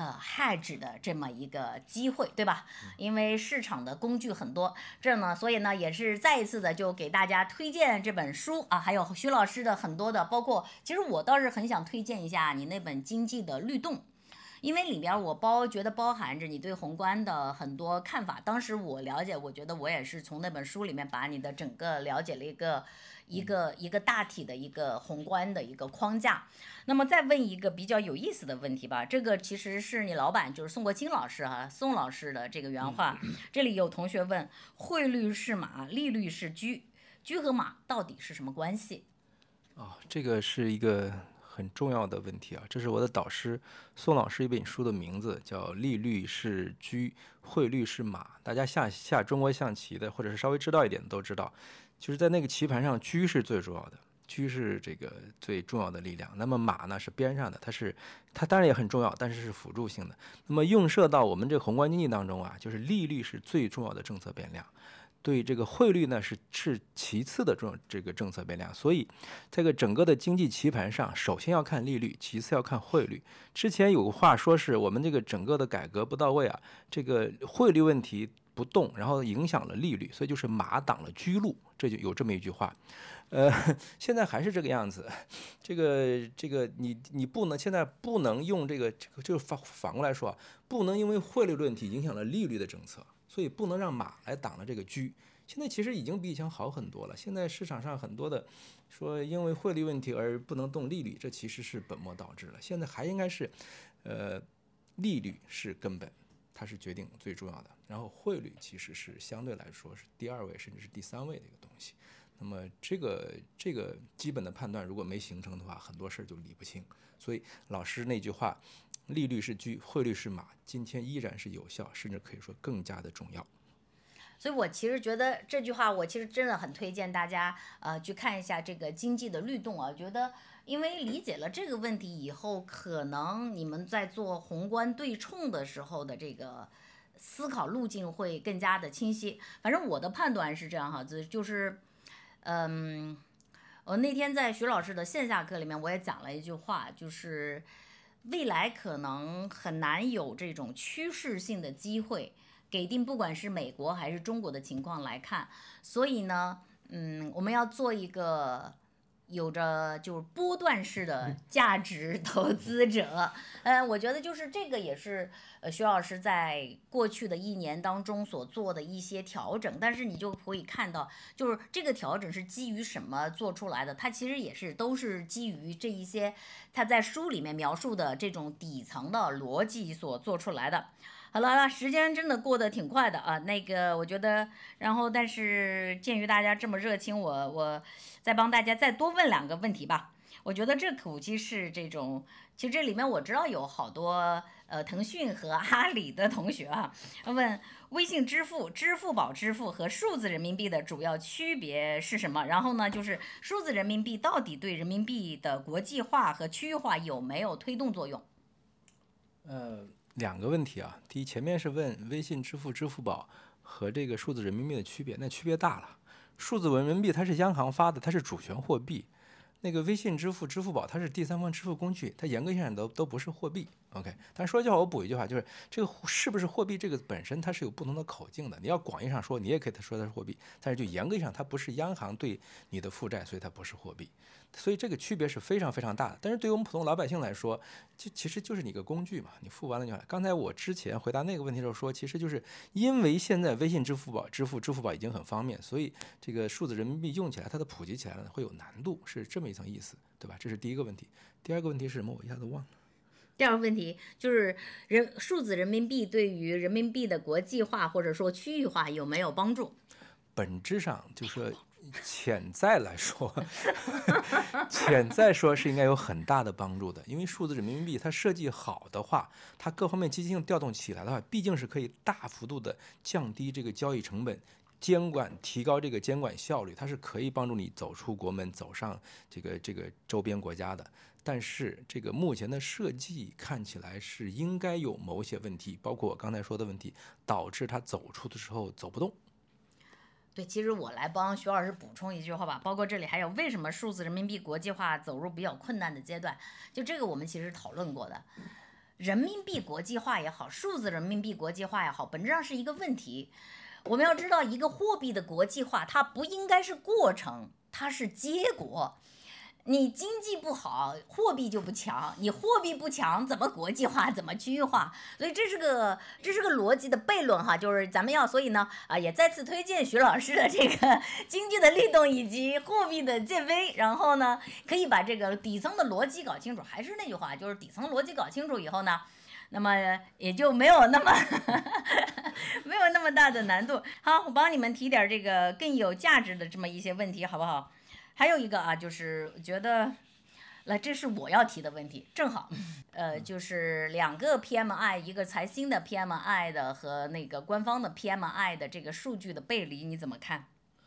hedge 的这么一个机会，对吧？因为市场的工具很多，这呢，所以呢也是再一次的就给大家推荐这本书啊，还有徐老师的很多的，包括其实我倒是很想推荐一下你那本《经济的律动》。因为里边我觉得包含着你对宏观的很多看法。当时我了解，我觉得我也是从那本书里面把你的整个了解了一个大体的一个宏观的一个框架。那么再问一个比较有意思的问题吧，这个其实是你老板就是宋国清老师宋老师的这个原话。这里有同学问，汇率是马，利率是车，车和马到底是什么关系？ 这个是一个很重要的问题啊，这是我的导师宋老师一本书的名字，叫《利率是车，汇率是马》。大家下中国象棋的，或者是稍微知道一点的都知道，就是在那个棋盘上，车是最重要的，车是这个最重要的力量。那么马呢是边上的，它当然也很重要，但是是辅助性的。那么映射到我们这个宏观经济当中啊，就是利率是最重要的政策变量。对这个汇率呢是其次的这个政策变量，所以这个整个的经济棋盘上，首先要看利率，其次要看汇率。之前有个话说是我们这个整个的改革不到位啊，这个汇率问题不动，然后影响了利率，所以就是马挡了车路，这就有这么一句话。现在还是这个样子，这个你不能现在不能用这个反过来说啊，不能因为汇率问题影响了利率的政策。所以不能让马来挡了这个车。现在其实已经比以前好很多了。现在市场上很多的说因为汇率问题而不能动利率，这其实是本末倒置了。现在还应该是，利率是根本，它是决定最重要的。然后汇率其实是相对来说是第二位甚至是第三位的一个东西。那么这个基本的判断如果没形成的话，很多事就理不清。所以老师那句话，利率是车，汇率是马，今天依然是有效，甚至可以说更加的重要。 所以我其实觉得这句话，我其实真的很推荐大家去看一下这个经济的律动啊。觉得因为理解了这个问题以后，可能你们在做宏观对冲的时候的这个思考路径会更加的清晰。反正我的判断是这样哈，就是我那天在徐老师的线下课里面，我也讲了一句话，就是未来可能很难有这种趋势性的机会给定，不管是美国还是中国的情况来看。所以呢，我们要做一个有着就是波段式的价值投资者。我觉得就是这个也是徐老师在过去的1年当中所做的一些调整。但是你就可以看到，就是这个调整是基于什么做出来的，它其实也是都是基于这一些他在书里面描述的这种底层的逻辑所做出来的。好了，时间真的过得挺快的啊。那个我觉得，然后但是鉴于大家这么热情，我再帮大家再多问2个问题吧。我觉得这估计是这种，其实这里面我知道有好多腾讯和阿里的同学啊，问微信支付、支付宝支付和数字人民币的主要区别是什么？然后呢，就是数字人民币到底对人民币的国际化和区域化有没有推动作用 ？2个问题啊，第一，前面是问微信支付、支付宝和这个数字人民币的区别，那区别大了。数字人民币它是央行发的，它是主权货币。那个微信支付、支付宝它是第三方支付工具，它严格意义上都不是货币。OK， 但说一句话，我补一句话，就是这个是不是货币，这个本身它是有不同的口径的。你要广义上说，你也可以说它是货币，但是就严格意义上它不是央行对你的负债，所以它不是货币。所以这个区别是非常非常大的。但是对于我们普通老百姓来说，其实就是你个工具嘛，你付完了就好。刚才我之前回答那个问题的时候说，其实就是因为现在微信支付宝已经很方便，所以这个数字人民币用起来，它的普及起来呢会有难度，是这么一层意思，对吧？这是第一个问题。第二个问题是什么？我一下子忘了。 第二个问题就是数字人民币对于人民币的国际化或者说区域化有没有帮助？ 本质上就说潜在来说，潜在说是应该有很大的帮助的，因为数字人民币它设计好的话，它各方面积极性调动起来的话，毕竟是可以大幅度的降低这个交易成本。提高这个监管效率，它是可以帮助你走出国门，走上这个周边国家的。但是这个目前的设计看起来是应该有某些问题，包括我刚才说的问题，导致它走出的时候走不动。 对，其实我来帮徐老师补充一句话吧，包括这里还有为什么数字人民币国际化走入比较困难的阶段，就这个我们其实讨论过的。人民币国际化也好，数字人民币国际化也好，本质上是一个问题。我们要知道，一个货币的国际化，它不应该是过程，它是结果。你经济不好，货币就不强；你货币不强，怎么国际化，怎么区域化？所以这是个逻辑的悖论哈，就是咱们要，所以呢也再次推荐徐老师的这个经济的律动以及货币的建飞，然后呢可以把这个底层的逻辑搞清楚。还是那句话，就是底层逻辑搞清楚以后呢，那么也就没有那么没有那么大的难度。好，我帮你们提点这个更有价值的这么一些问题，好不好？还有一个啊，就是觉得，这是我要提的问题，正好，就是2个 PMI， 一个财新的 PMI 的和那个官方的 PMI 的这个数据的背离，你怎么看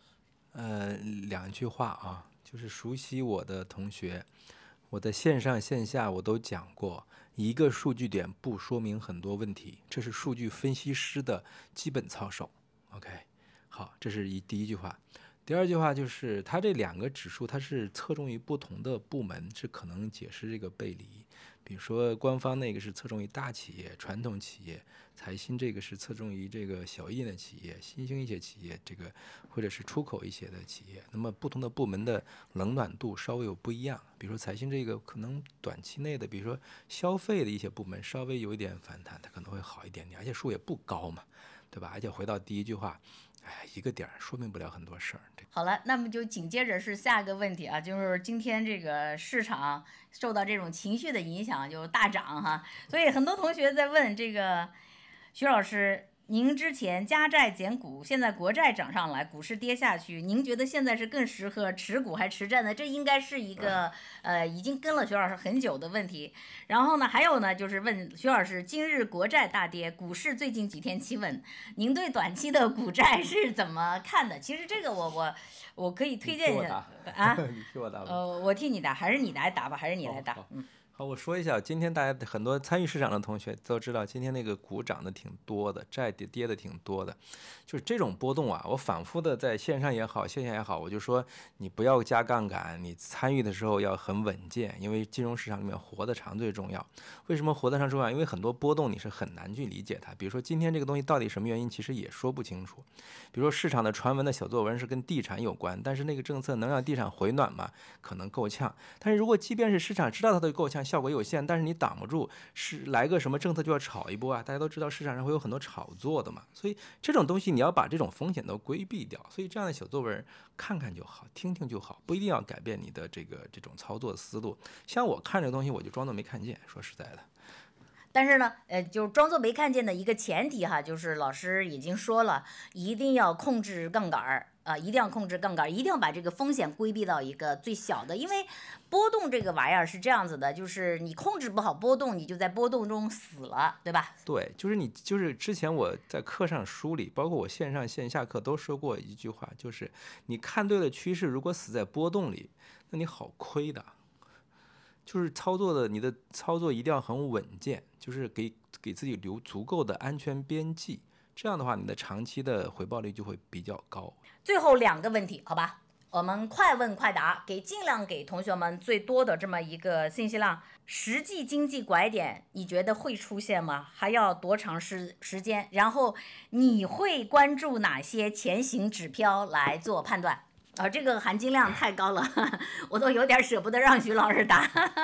？2句话啊，就是熟悉我的同学，我的线上线下我都讲过，一个数据点不说明很多问题，这是数据分析师的基本操守。OK， 好，这是第一句话。第二句话就是它这2个指数，它是侧重于不同的部门，是可能解释这个背离。比如说官方那个是侧重于大企业、传统企业，财新这个是侧重于这个小一点的企业、新兴一些企业，这个或者是出口一些的企业。那么不同的部门的冷暖度稍微有不一样。比如说财新这个可能短期内的，比如说消费的一些部门稍微有一点反弹，它可能会好一点点，而且数也不高嘛，对吧？而且回到第一句话。一个点说明不了很多事儿。 好了，那么就紧接着是下个问题啊，就是今天这个市场受到这种情绪的影响就大涨哈，所以很多同学在问这个徐老师，您之前加债减股，现在国债涨上来，股市跌下去，您觉得现在是更适合持股还持债呢？这应该是一个已经跟了徐老师很久的问题。然后呢，还有呢，就是问徐老师，今日国债大跌，股市最近几天企稳，您对短期的股债是怎么看的？其实这个我可以推荐一下啊， 你替我答吧。 我替你答，还是你来答吧，还是你来答？ 好，我说一下，今天大家很多参与市场的同学都知道，今天那个股涨得挺多的，债跌的挺多的，就是这种波动啊，我反复的在线上也好，线下也好，我就说你不要加杠杆，你参与的时候要很稳健，因为金融市场里面活得长最重要。为什么活得长重要？因为很多波动你是很难去理解它。比如说今天这个东西到底什么原因，其实也说不清楚。比如说市场的传闻的小作文是跟地产有关，但是那个政策能让地产回暖吗？可能够呛。但是如果即便是市场知道它的够呛，效果有限，但是你挡不住，是来个什么政策就要炒一波啊！大家都知道市场上会有很多炒作的嘛，所以这种东西你要把这种风险都规避掉。所以这样的小作文看看就好，听听就好，不一定要改变你的这种操作思路。像我看这个东西，我就装作没看见。说实在的。 但是呢，就装作没看见的一个前提哈，就是老师已经说了，一定要控制杠杆儿啊，一定要控制杠杆儿，一定要把这个风险规避到一个最小的，因为波动这个玩意儿是这样子的，就是你控制不好波动，你就在波动中死了，对吧？ 对，就是之前我在课上梳理，包括我线上线下课都说过一句话，就是你看对了趋势，如果死在波动里，那你好亏的。就是你的操作一定要很稳健，就是给自己留足够的安全边际，这样的话你的长期的回报率就会比较高。 最后2个问题，好吧，我们快问快答，尽量给同学们最多的这么一个信息量。实际经济拐点你觉得会出现吗？还要多长时间？然后你会关注哪些前行指标来做判断？这个含金量太高了，我都有点舍不得让徐老师答。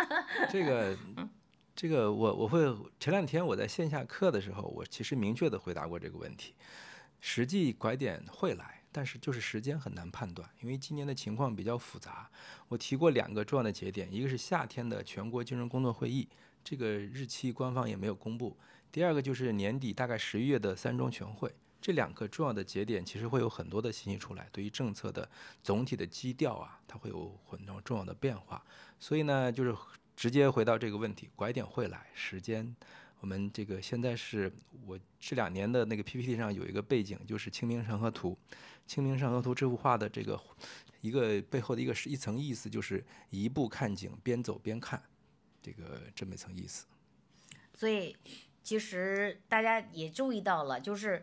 这个我会前2天我在线下课的时候，我其实明确的回答过这个问题。实际拐点会来，但是就是时间很难判断，因为今年的情况比较复杂。我提过2个重要的节点，一个是夏天的全国金融工作会议，这个日期官方也没有公布；第二个就是年底大概11月的3中全会。这2个重要的节点其实会有很多的信息出来，对于政策的总体的基调啊，它会有很多重要的变化。所以呢，就是直接回到这个问题，拐点会来，时间我们这个现在是我这2年的那个 PPT 上有一个背景，就是清明上河图。清明上河图这幅画的这个一个背后的一层意思，就是一步看景，边走边看，这么一层意思。 所以其实大家也注意到了，就是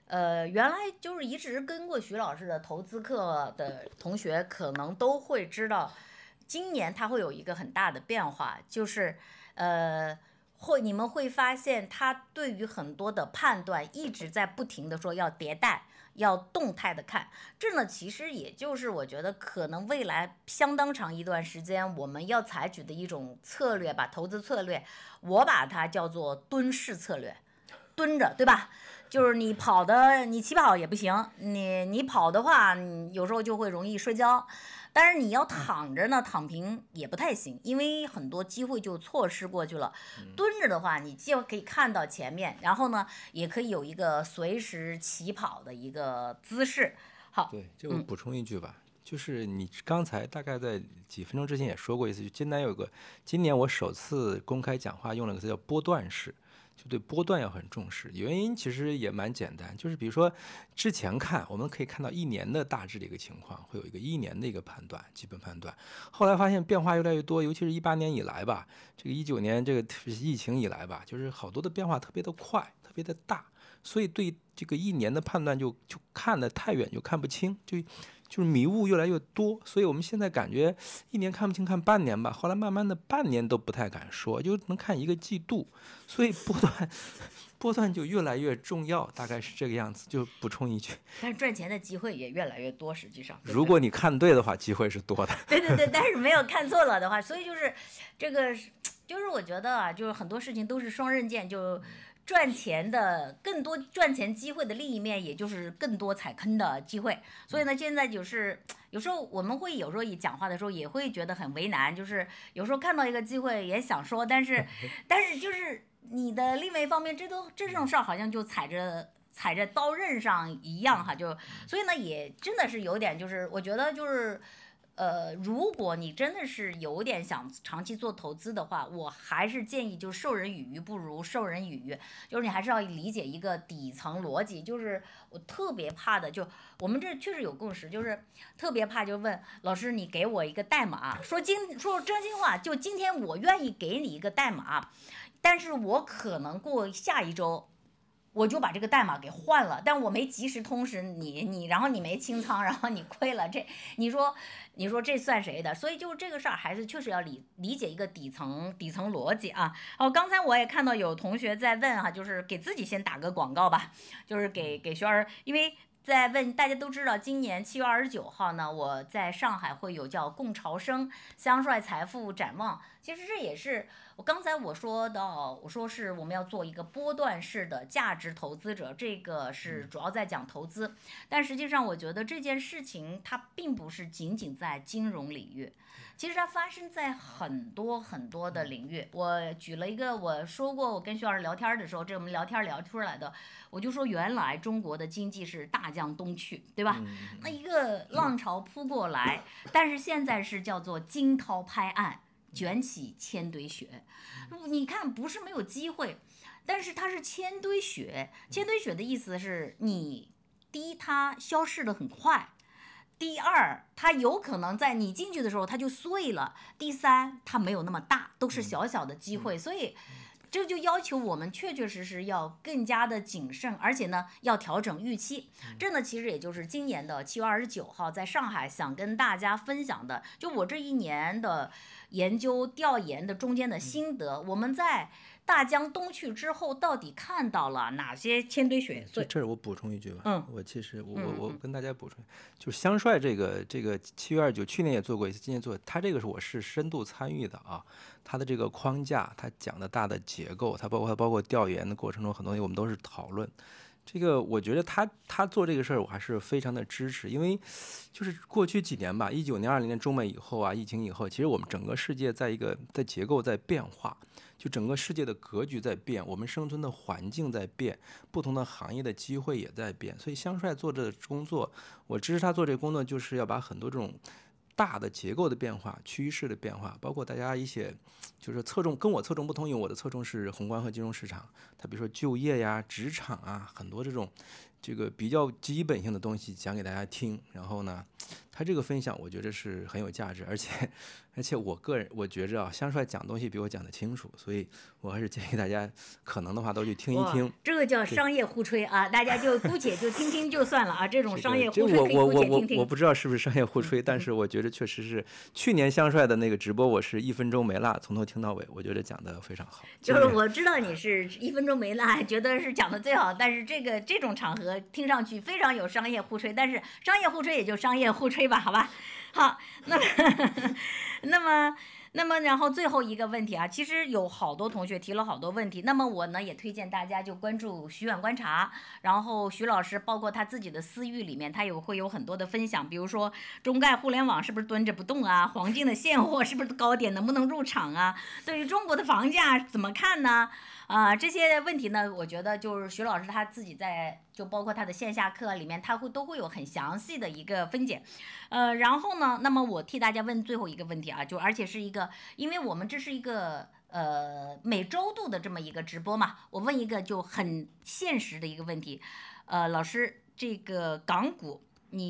原来就是一直跟过徐老师的投资课的同学，可能都会知道，今年它会有一个很大的变化，就是你们会发现，他对于很多的判断一直在不停的说要迭代，要动态的看。这呢，其实也就是我觉得可能未来相当长一段时间我们要采取的一种策略吧，投资策略，我把它叫做蹲式策略，蹲着，对吧？就是你跑的，你起跑也不行，你跑的话，你有时候就会容易摔跤。但是你要躺着呢，躺平也不太行，因为很多机会就错失过去了。蹲着的话，你就可以看到前面，然后呢，也可以有一个随时起跑的一个姿势。好， 对，这我补充一句吧，就是你刚才大概在几分钟之前也说过一次，就今年我首次公开讲话用了个词叫波段式。就对波段要很重视，原因其实也蛮简单，就是比如说之前我们可以看到一年的大致的一个情况，会有一个1年的一个判断，基本判断。后来发现变化越来越多，尤其是18年以来吧，这个19年这个疫情以来吧，就是好多的变化特别的快，特别的大，所以对这个1年的判断就看得太远，就看不清，就是迷雾越来越多，所以我们现在感觉1年看不清，看半年吧，后来慢慢的半年都不太敢说，就能看1个季度，所以波段就越来越重要，大概是这个样子。就补充一句， 但是赚钱的机会也越来越多，实际上，对对如果你看对的话，机会是多的。 对对对，但是没有看错了的话，所以就是这个，就是我觉得啊，就是很多事情都是双刃剑，就。赚钱的更多赚钱机会的另一面，也就是更多踩坑的机会。所以呢，现在就是有时候我们会有时候一讲话的时候也会觉得很为难，就是有时候看到一个机会也想说，但是就是你的另外一方面，这种事儿好像就踩着刀刃上一样哈，所以呢也真的是有点就是我觉得就是。如果你真的是有点想长期做投资的话，我还是建议就授人以鱼不如授人以渔，就是你还是要理解一个底层逻辑。就是我特别怕的，就我们这确实有共识，就是特别怕就问老师，你给我一个代码，说真心话，就今天我愿意给你一个代码，但是我可能过下一周。我就把这个代码给换了，但我没及时通知你，然后你没清仓，然后你亏了，你说这算谁的？所以就这个事儿还是确实要理解一个底层逻辑啊。刚才我也看到有同学在问哈，就是给自己先打个广告吧，就是给学儿，因为。在问大家都知道，今年7月29号呢，我在上海会有叫“共潮生香帅财富展望”。其实这也是我刚才我说是我们要做一个波段式的价值投资者，这个是主要在讲投资。但实际上，我觉得这件事情它并不是仅仅在金融领域，其实它发生在很多很多的领域。我举了一个，我说过，我跟徐老师聊天的时候，这我们聊天聊出来的，我就说原来中国的经济是大江东去，对吧？那一个浪潮扑过来，但是现在是叫做惊涛拍岸，卷起千堆雪。你看，不是没有机会，但是它是千堆雪。千堆雪的意思是第一，它消逝的很快。第二，它有可能在你进去的时候它就碎了。第三，它没有那么大，都是小小的机会，所以这就要求我们确确实实要更加的谨慎，而且呢要调整预期。这呢其实也就是今年的7月29号在上海想跟大家分享的，就我这1年的研究调研的中间的心得。我们在大江东去之后，到底看到了哪些千堆雪？ 这儿我补充一句吧。我其实我跟大家补充，就香帅这个7月29，去年也做过一次，今年做，他这个我是深度参与的啊。他的这个框架，他讲的大的结构，他包括调研的过程中很多东西我们都是讨论。这个我觉得他做这个事儿，我还是非常的支持，因为就是过去几年吧，19年、20年中美以后啊，疫情以后，其实我们整个世界在结构在变化。就整个世界的格局在变，我们生存的环境在变，不同的行业的机会也在变。所以香帅做这工作，我支持他做这个工作，就是要把很多这种大的结构的变化、趋势的变化，包括大家一些就是跟我侧重不同，因为我的侧重是宏观和金融市场。他比如说就业呀、职场啊，很多这个比较基本性的东西讲给大家听。然后呢， 他这个分享我觉得是很有价值，而且我个人我觉着啊，香帅讲东西比我讲得清楚，所以我还是建议大家可能的话都去听一听。 这个叫商业互吹啊，大家就姑且就听听就算了啊，这种商业互吹这可以姑且听听。 我不知道是不是商业互吹，但是我觉得确实是去年香帅的那个直播，我是1分钟没落，从头听到尾，我觉得讲得非常好。 就是我知道你是1分钟没落，觉得是讲的最好，但是这种场合听上去非常有商业互吹，但是商业互吹也就商业互吹吧，好吧。好，那么然后最后一个问题啊，其实有好多同学提了好多问题，那么我呢也推荐大家就关注徐远观察，然后徐老师包括他自己的私域里面，他会有很多的分享，比如说中概互联网是不是蹲着不动啊，黄金的现货是不是高点，能不能入场啊，对于中国的房价怎么看呢？这些问题呢，我觉得就是徐老师他自己在就包括他的线下课里面，他都会有很详细的一个分解。然后呢，那么我替大家问最后一个问题啊，就而且是一个，因为我们这是一个每周度的这么一个直播嘛，我问一个就很现实的一个问题，老师，这个港股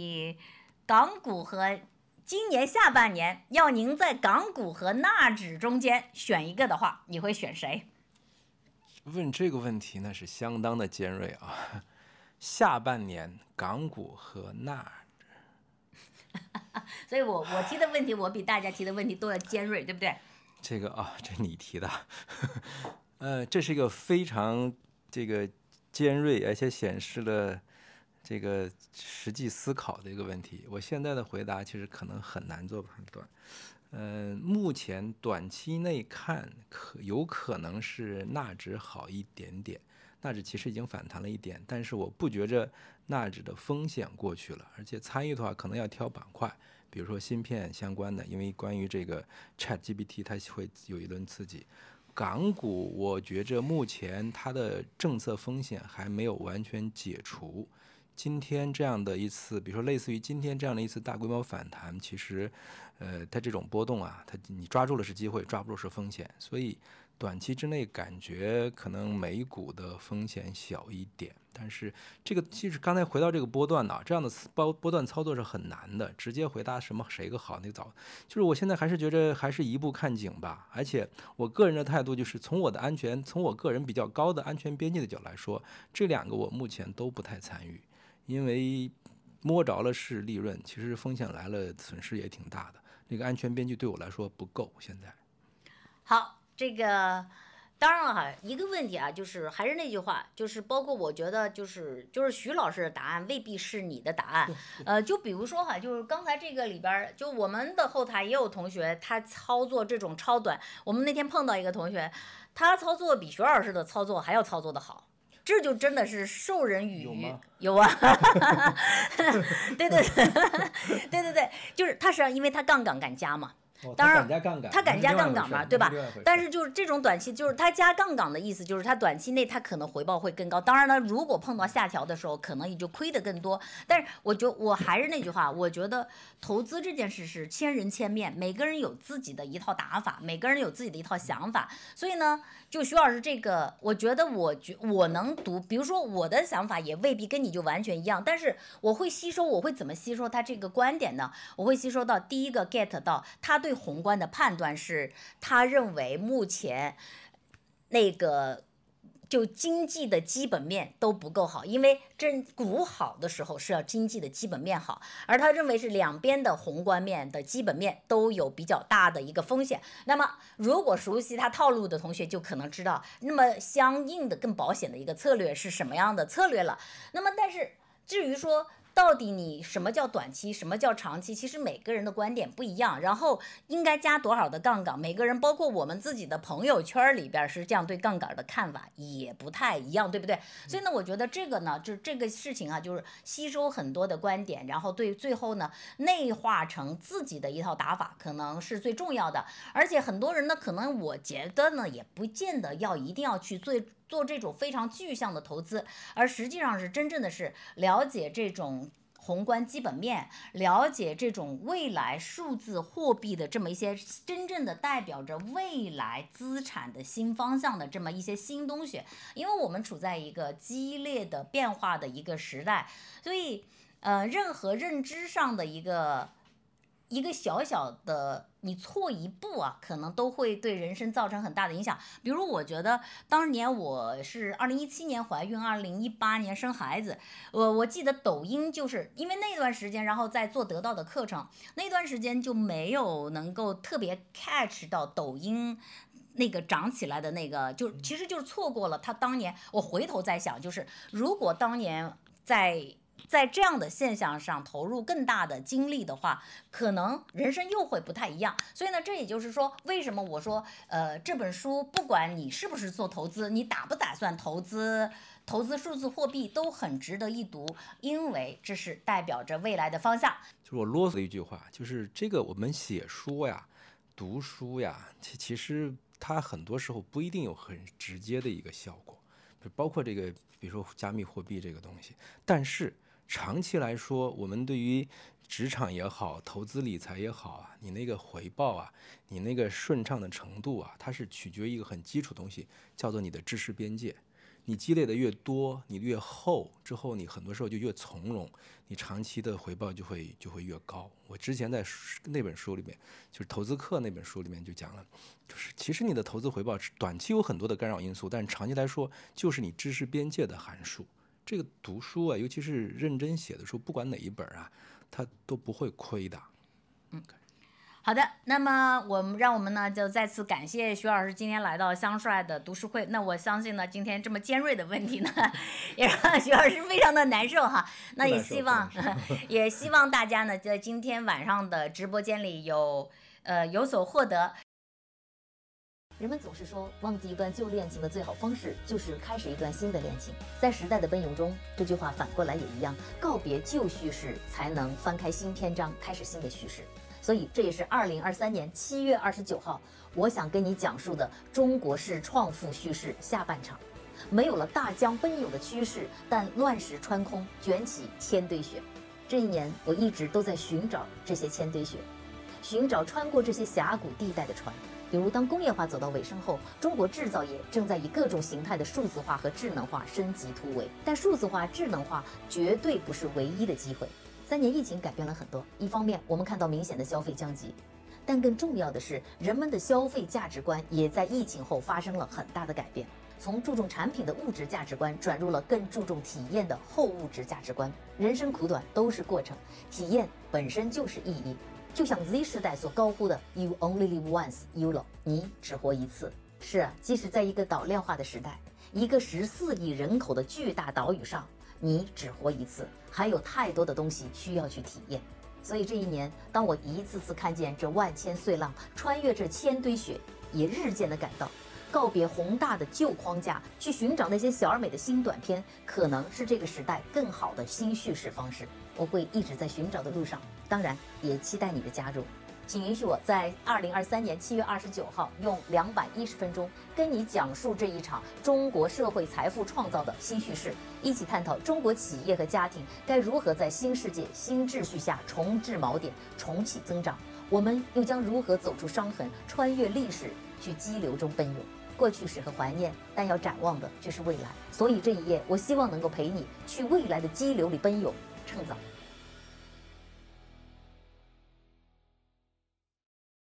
和今年下半年要您在港股和纳指中间选一个的话，你会选谁？ 问这个问题呢是相当的尖锐啊！下半年港股和纳指， 所以我提的问题，我比大家提的问题都要尖锐，对不对？ 这个啊，这你提的，这是一个非常这个尖锐，而且显示了这个实际思考的一个问题。我现在的回答其实可能很难做判断。目前短期内看有可能是纳指好一点点，纳指其实已经反弹了一点，但是我不觉着纳指的风险过去了，而且参与的话可能要挑板块，比如说芯片相关的，因为关于这个 ChatGPT 它会有一轮刺激。港股我觉着目前它的政策风险还没有完全解除。今天这样的一次，比如说类似于今天这样的一次大规模反弹，其实，它这种波动啊，你抓住了是机会，抓不住是风险，所以短期之内感觉可能美股的风险小一点。但是这个其实刚才回到这个波段呢，这样的波段操作是很难的，直接回答什么谁个好那个早，就是我现在还是觉着还是一步看景吧。而且我个人的态度就是从我个人比较高的安全边际的角度来说，这两个我目前都不太参与。因为摸着了是利润，其实风险来了损失也挺大的，这个安全边际对我来说不够。现在， 好，这个当然了哈，一个问题啊，就是还是那句话，就是包括我觉得就是徐老师的答案未必是你的答案，就比如说哈，就是刚才这个里边，就我们的后台也有同学他操作这种超短，我们那天碰到一个同学，他操作比徐老师的操作还要操作的好。这就真的是授人以渔，有啊，对，就是他实际上因为他杠杆敢加嘛。当然，他敢加杠杆嘛，对吧？但是就是这种短期，就是他加杠杆的意思，就是他短期内他可能回报会更高。当然了，如果碰到下调的时候，可能也就亏得更多。但是我还是那句话，我觉得投资这件事是千人千面，每个人有自己的一套打法，每个人有自己的一套想法。所以呢，就徐老师这个，我觉得我能读，比如说我的想法也未必跟你就完全一样，但是我会怎么吸收他这个观点呢？我会吸收到第一个 get 到他对宏观的判断是，他认为目前那个就经济的基本面都不够好，因为股好的时候是要经济的基本面好，而他认为是两边的宏观面的基本面都有比较大的一个风险。那么如果熟悉他套路的同学就可能知道，那么相应的更保险的一个策略是什么样的策略了。那么但是至于说到底你什么叫短期，什么叫长期，其实每个人的观点不一样，然后应该加多少的杠杆，每个人包括我们自己的朋友圈里边是这样对杠杆的看法也不太一样，对不对？所以呢，我觉得这个呢，就这个事情啊，就是吸收很多的观点，然后对最后呢内化成自己的一套打法，可能是最重要的。而且很多人呢，可能我觉得呢，也不见得一定要去做这种非常具象的投资，而实际上是真正的是了解这种宏观基本面，了解这种未来数字货币的这么一些真正的代表着未来资产的新方向的这么一些新东西。因为我们处在一个激烈的变化的一个时代，所以任何认知上的一个一个小小的你错一步啊，可能都会对人生造成很大的影响。比如我觉得当年我是2017年怀孕，2018年生孩子，我记得抖音就是因为那段时间，然后在做得到的课程，那段时间就没有能够特别 catch 到抖音那个涨起来的那个，就其实就是错过了它当年。我回头在想，就是如果当年在这样的现象上投入更大的精力的话，可能人生又会不太一样。所以呢，这也就是说，为什么我说，这本书不管你是不是做投资，你打不打算投资数字货币，都很值得一读，因为这是代表着未来的方向。 就是我啰嗦的一句话，就是这个我们写书呀、读书呀，其实它很多时候不一定有很直接的一个效果，就包括这个，比如说加密货币这个东西，但是长期来说，我们对于职场也好，投资理财也好啊，你那个回报啊，你那个顺畅的程度啊，它是取决于一个很基础的东西，叫做你的知识边界。你积累的越多，你越厚，之后你很多时候就越从容，你长期的回报就会越高。我之前在那本书里面，就是投资课那本书里面就讲了，就是其实你的投资回报短期有很多的干扰因素，但长期来说就是你知识边界的函数。这个读书啊，尤其是认真写的书，不管哪一本啊，它都不会亏的。 好的，那么让我们呢就再次感谢徐老师今天来到香帅的读书会。那我相信呢，今天这么尖锐的问题呢，也让徐老师非常的难受哈。那也希望也希望大家呢在今天晚上的直播间里有所获得。 人们总是说，忘记一段旧恋情的最好方式就是开始一段新的恋情。在时代的奔涌中，这句话反过来也一样，告别旧叙事，才能翻开新篇章，开始新的叙事。所以这也是2023年7月29号，我想跟你讲述的中国式创富叙事下半场。没有了大江奔涌的趋势，但乱石穿空，卷起千堆雪。这一年，我一直都在寻找这些千堆雪，寻找穿过这些峡谷地带的船。比如，当工业化走到尾声后，中国制造业正在以各种形态的数字化和智能化升级突围。但数字化、智能化绝对不是唯一的机会。3年疫情改变了很多，一方面我们看到明显的消费降级，但更重要的是，人们的消费价值观也在疫情后发生了很大的改变，从注重产品的物质价值观转入了更注重体验的后物质价值观。人生苦短，都是过程，体验本身就是意义。就像 Z 世代所高呼的 "You only live once, YOLO"， 你只活一次。是啊，即使在一个岛链化的时代，一个14亿人口的巨大岛屿上，你只活一次，还有太多的东西需要去体验。所以这一年，当我一次次看见这万千碎浪，穿越这千堆雪，也日渐的感到，告别宏大的旧框架，去寻找那些小而美的新短片，可能是这个时代更好的新叙事方式。我会一直在寻找的路上，当然也期待你的加入。请允许我在2023年7月29号用210分钟跟你讲述这一场中国社会财富创造的新叙事，一起探讨中国企业和家庭该如何在新世界新秩序下重置锚点，重启增长。我们又将如何走出伤痕，穿越历史，去激流中奔涌。过去时和怀念，但要展望的却是未来。所以这一夜，我希望能够陪你去未来的激流里奔涌，趁早。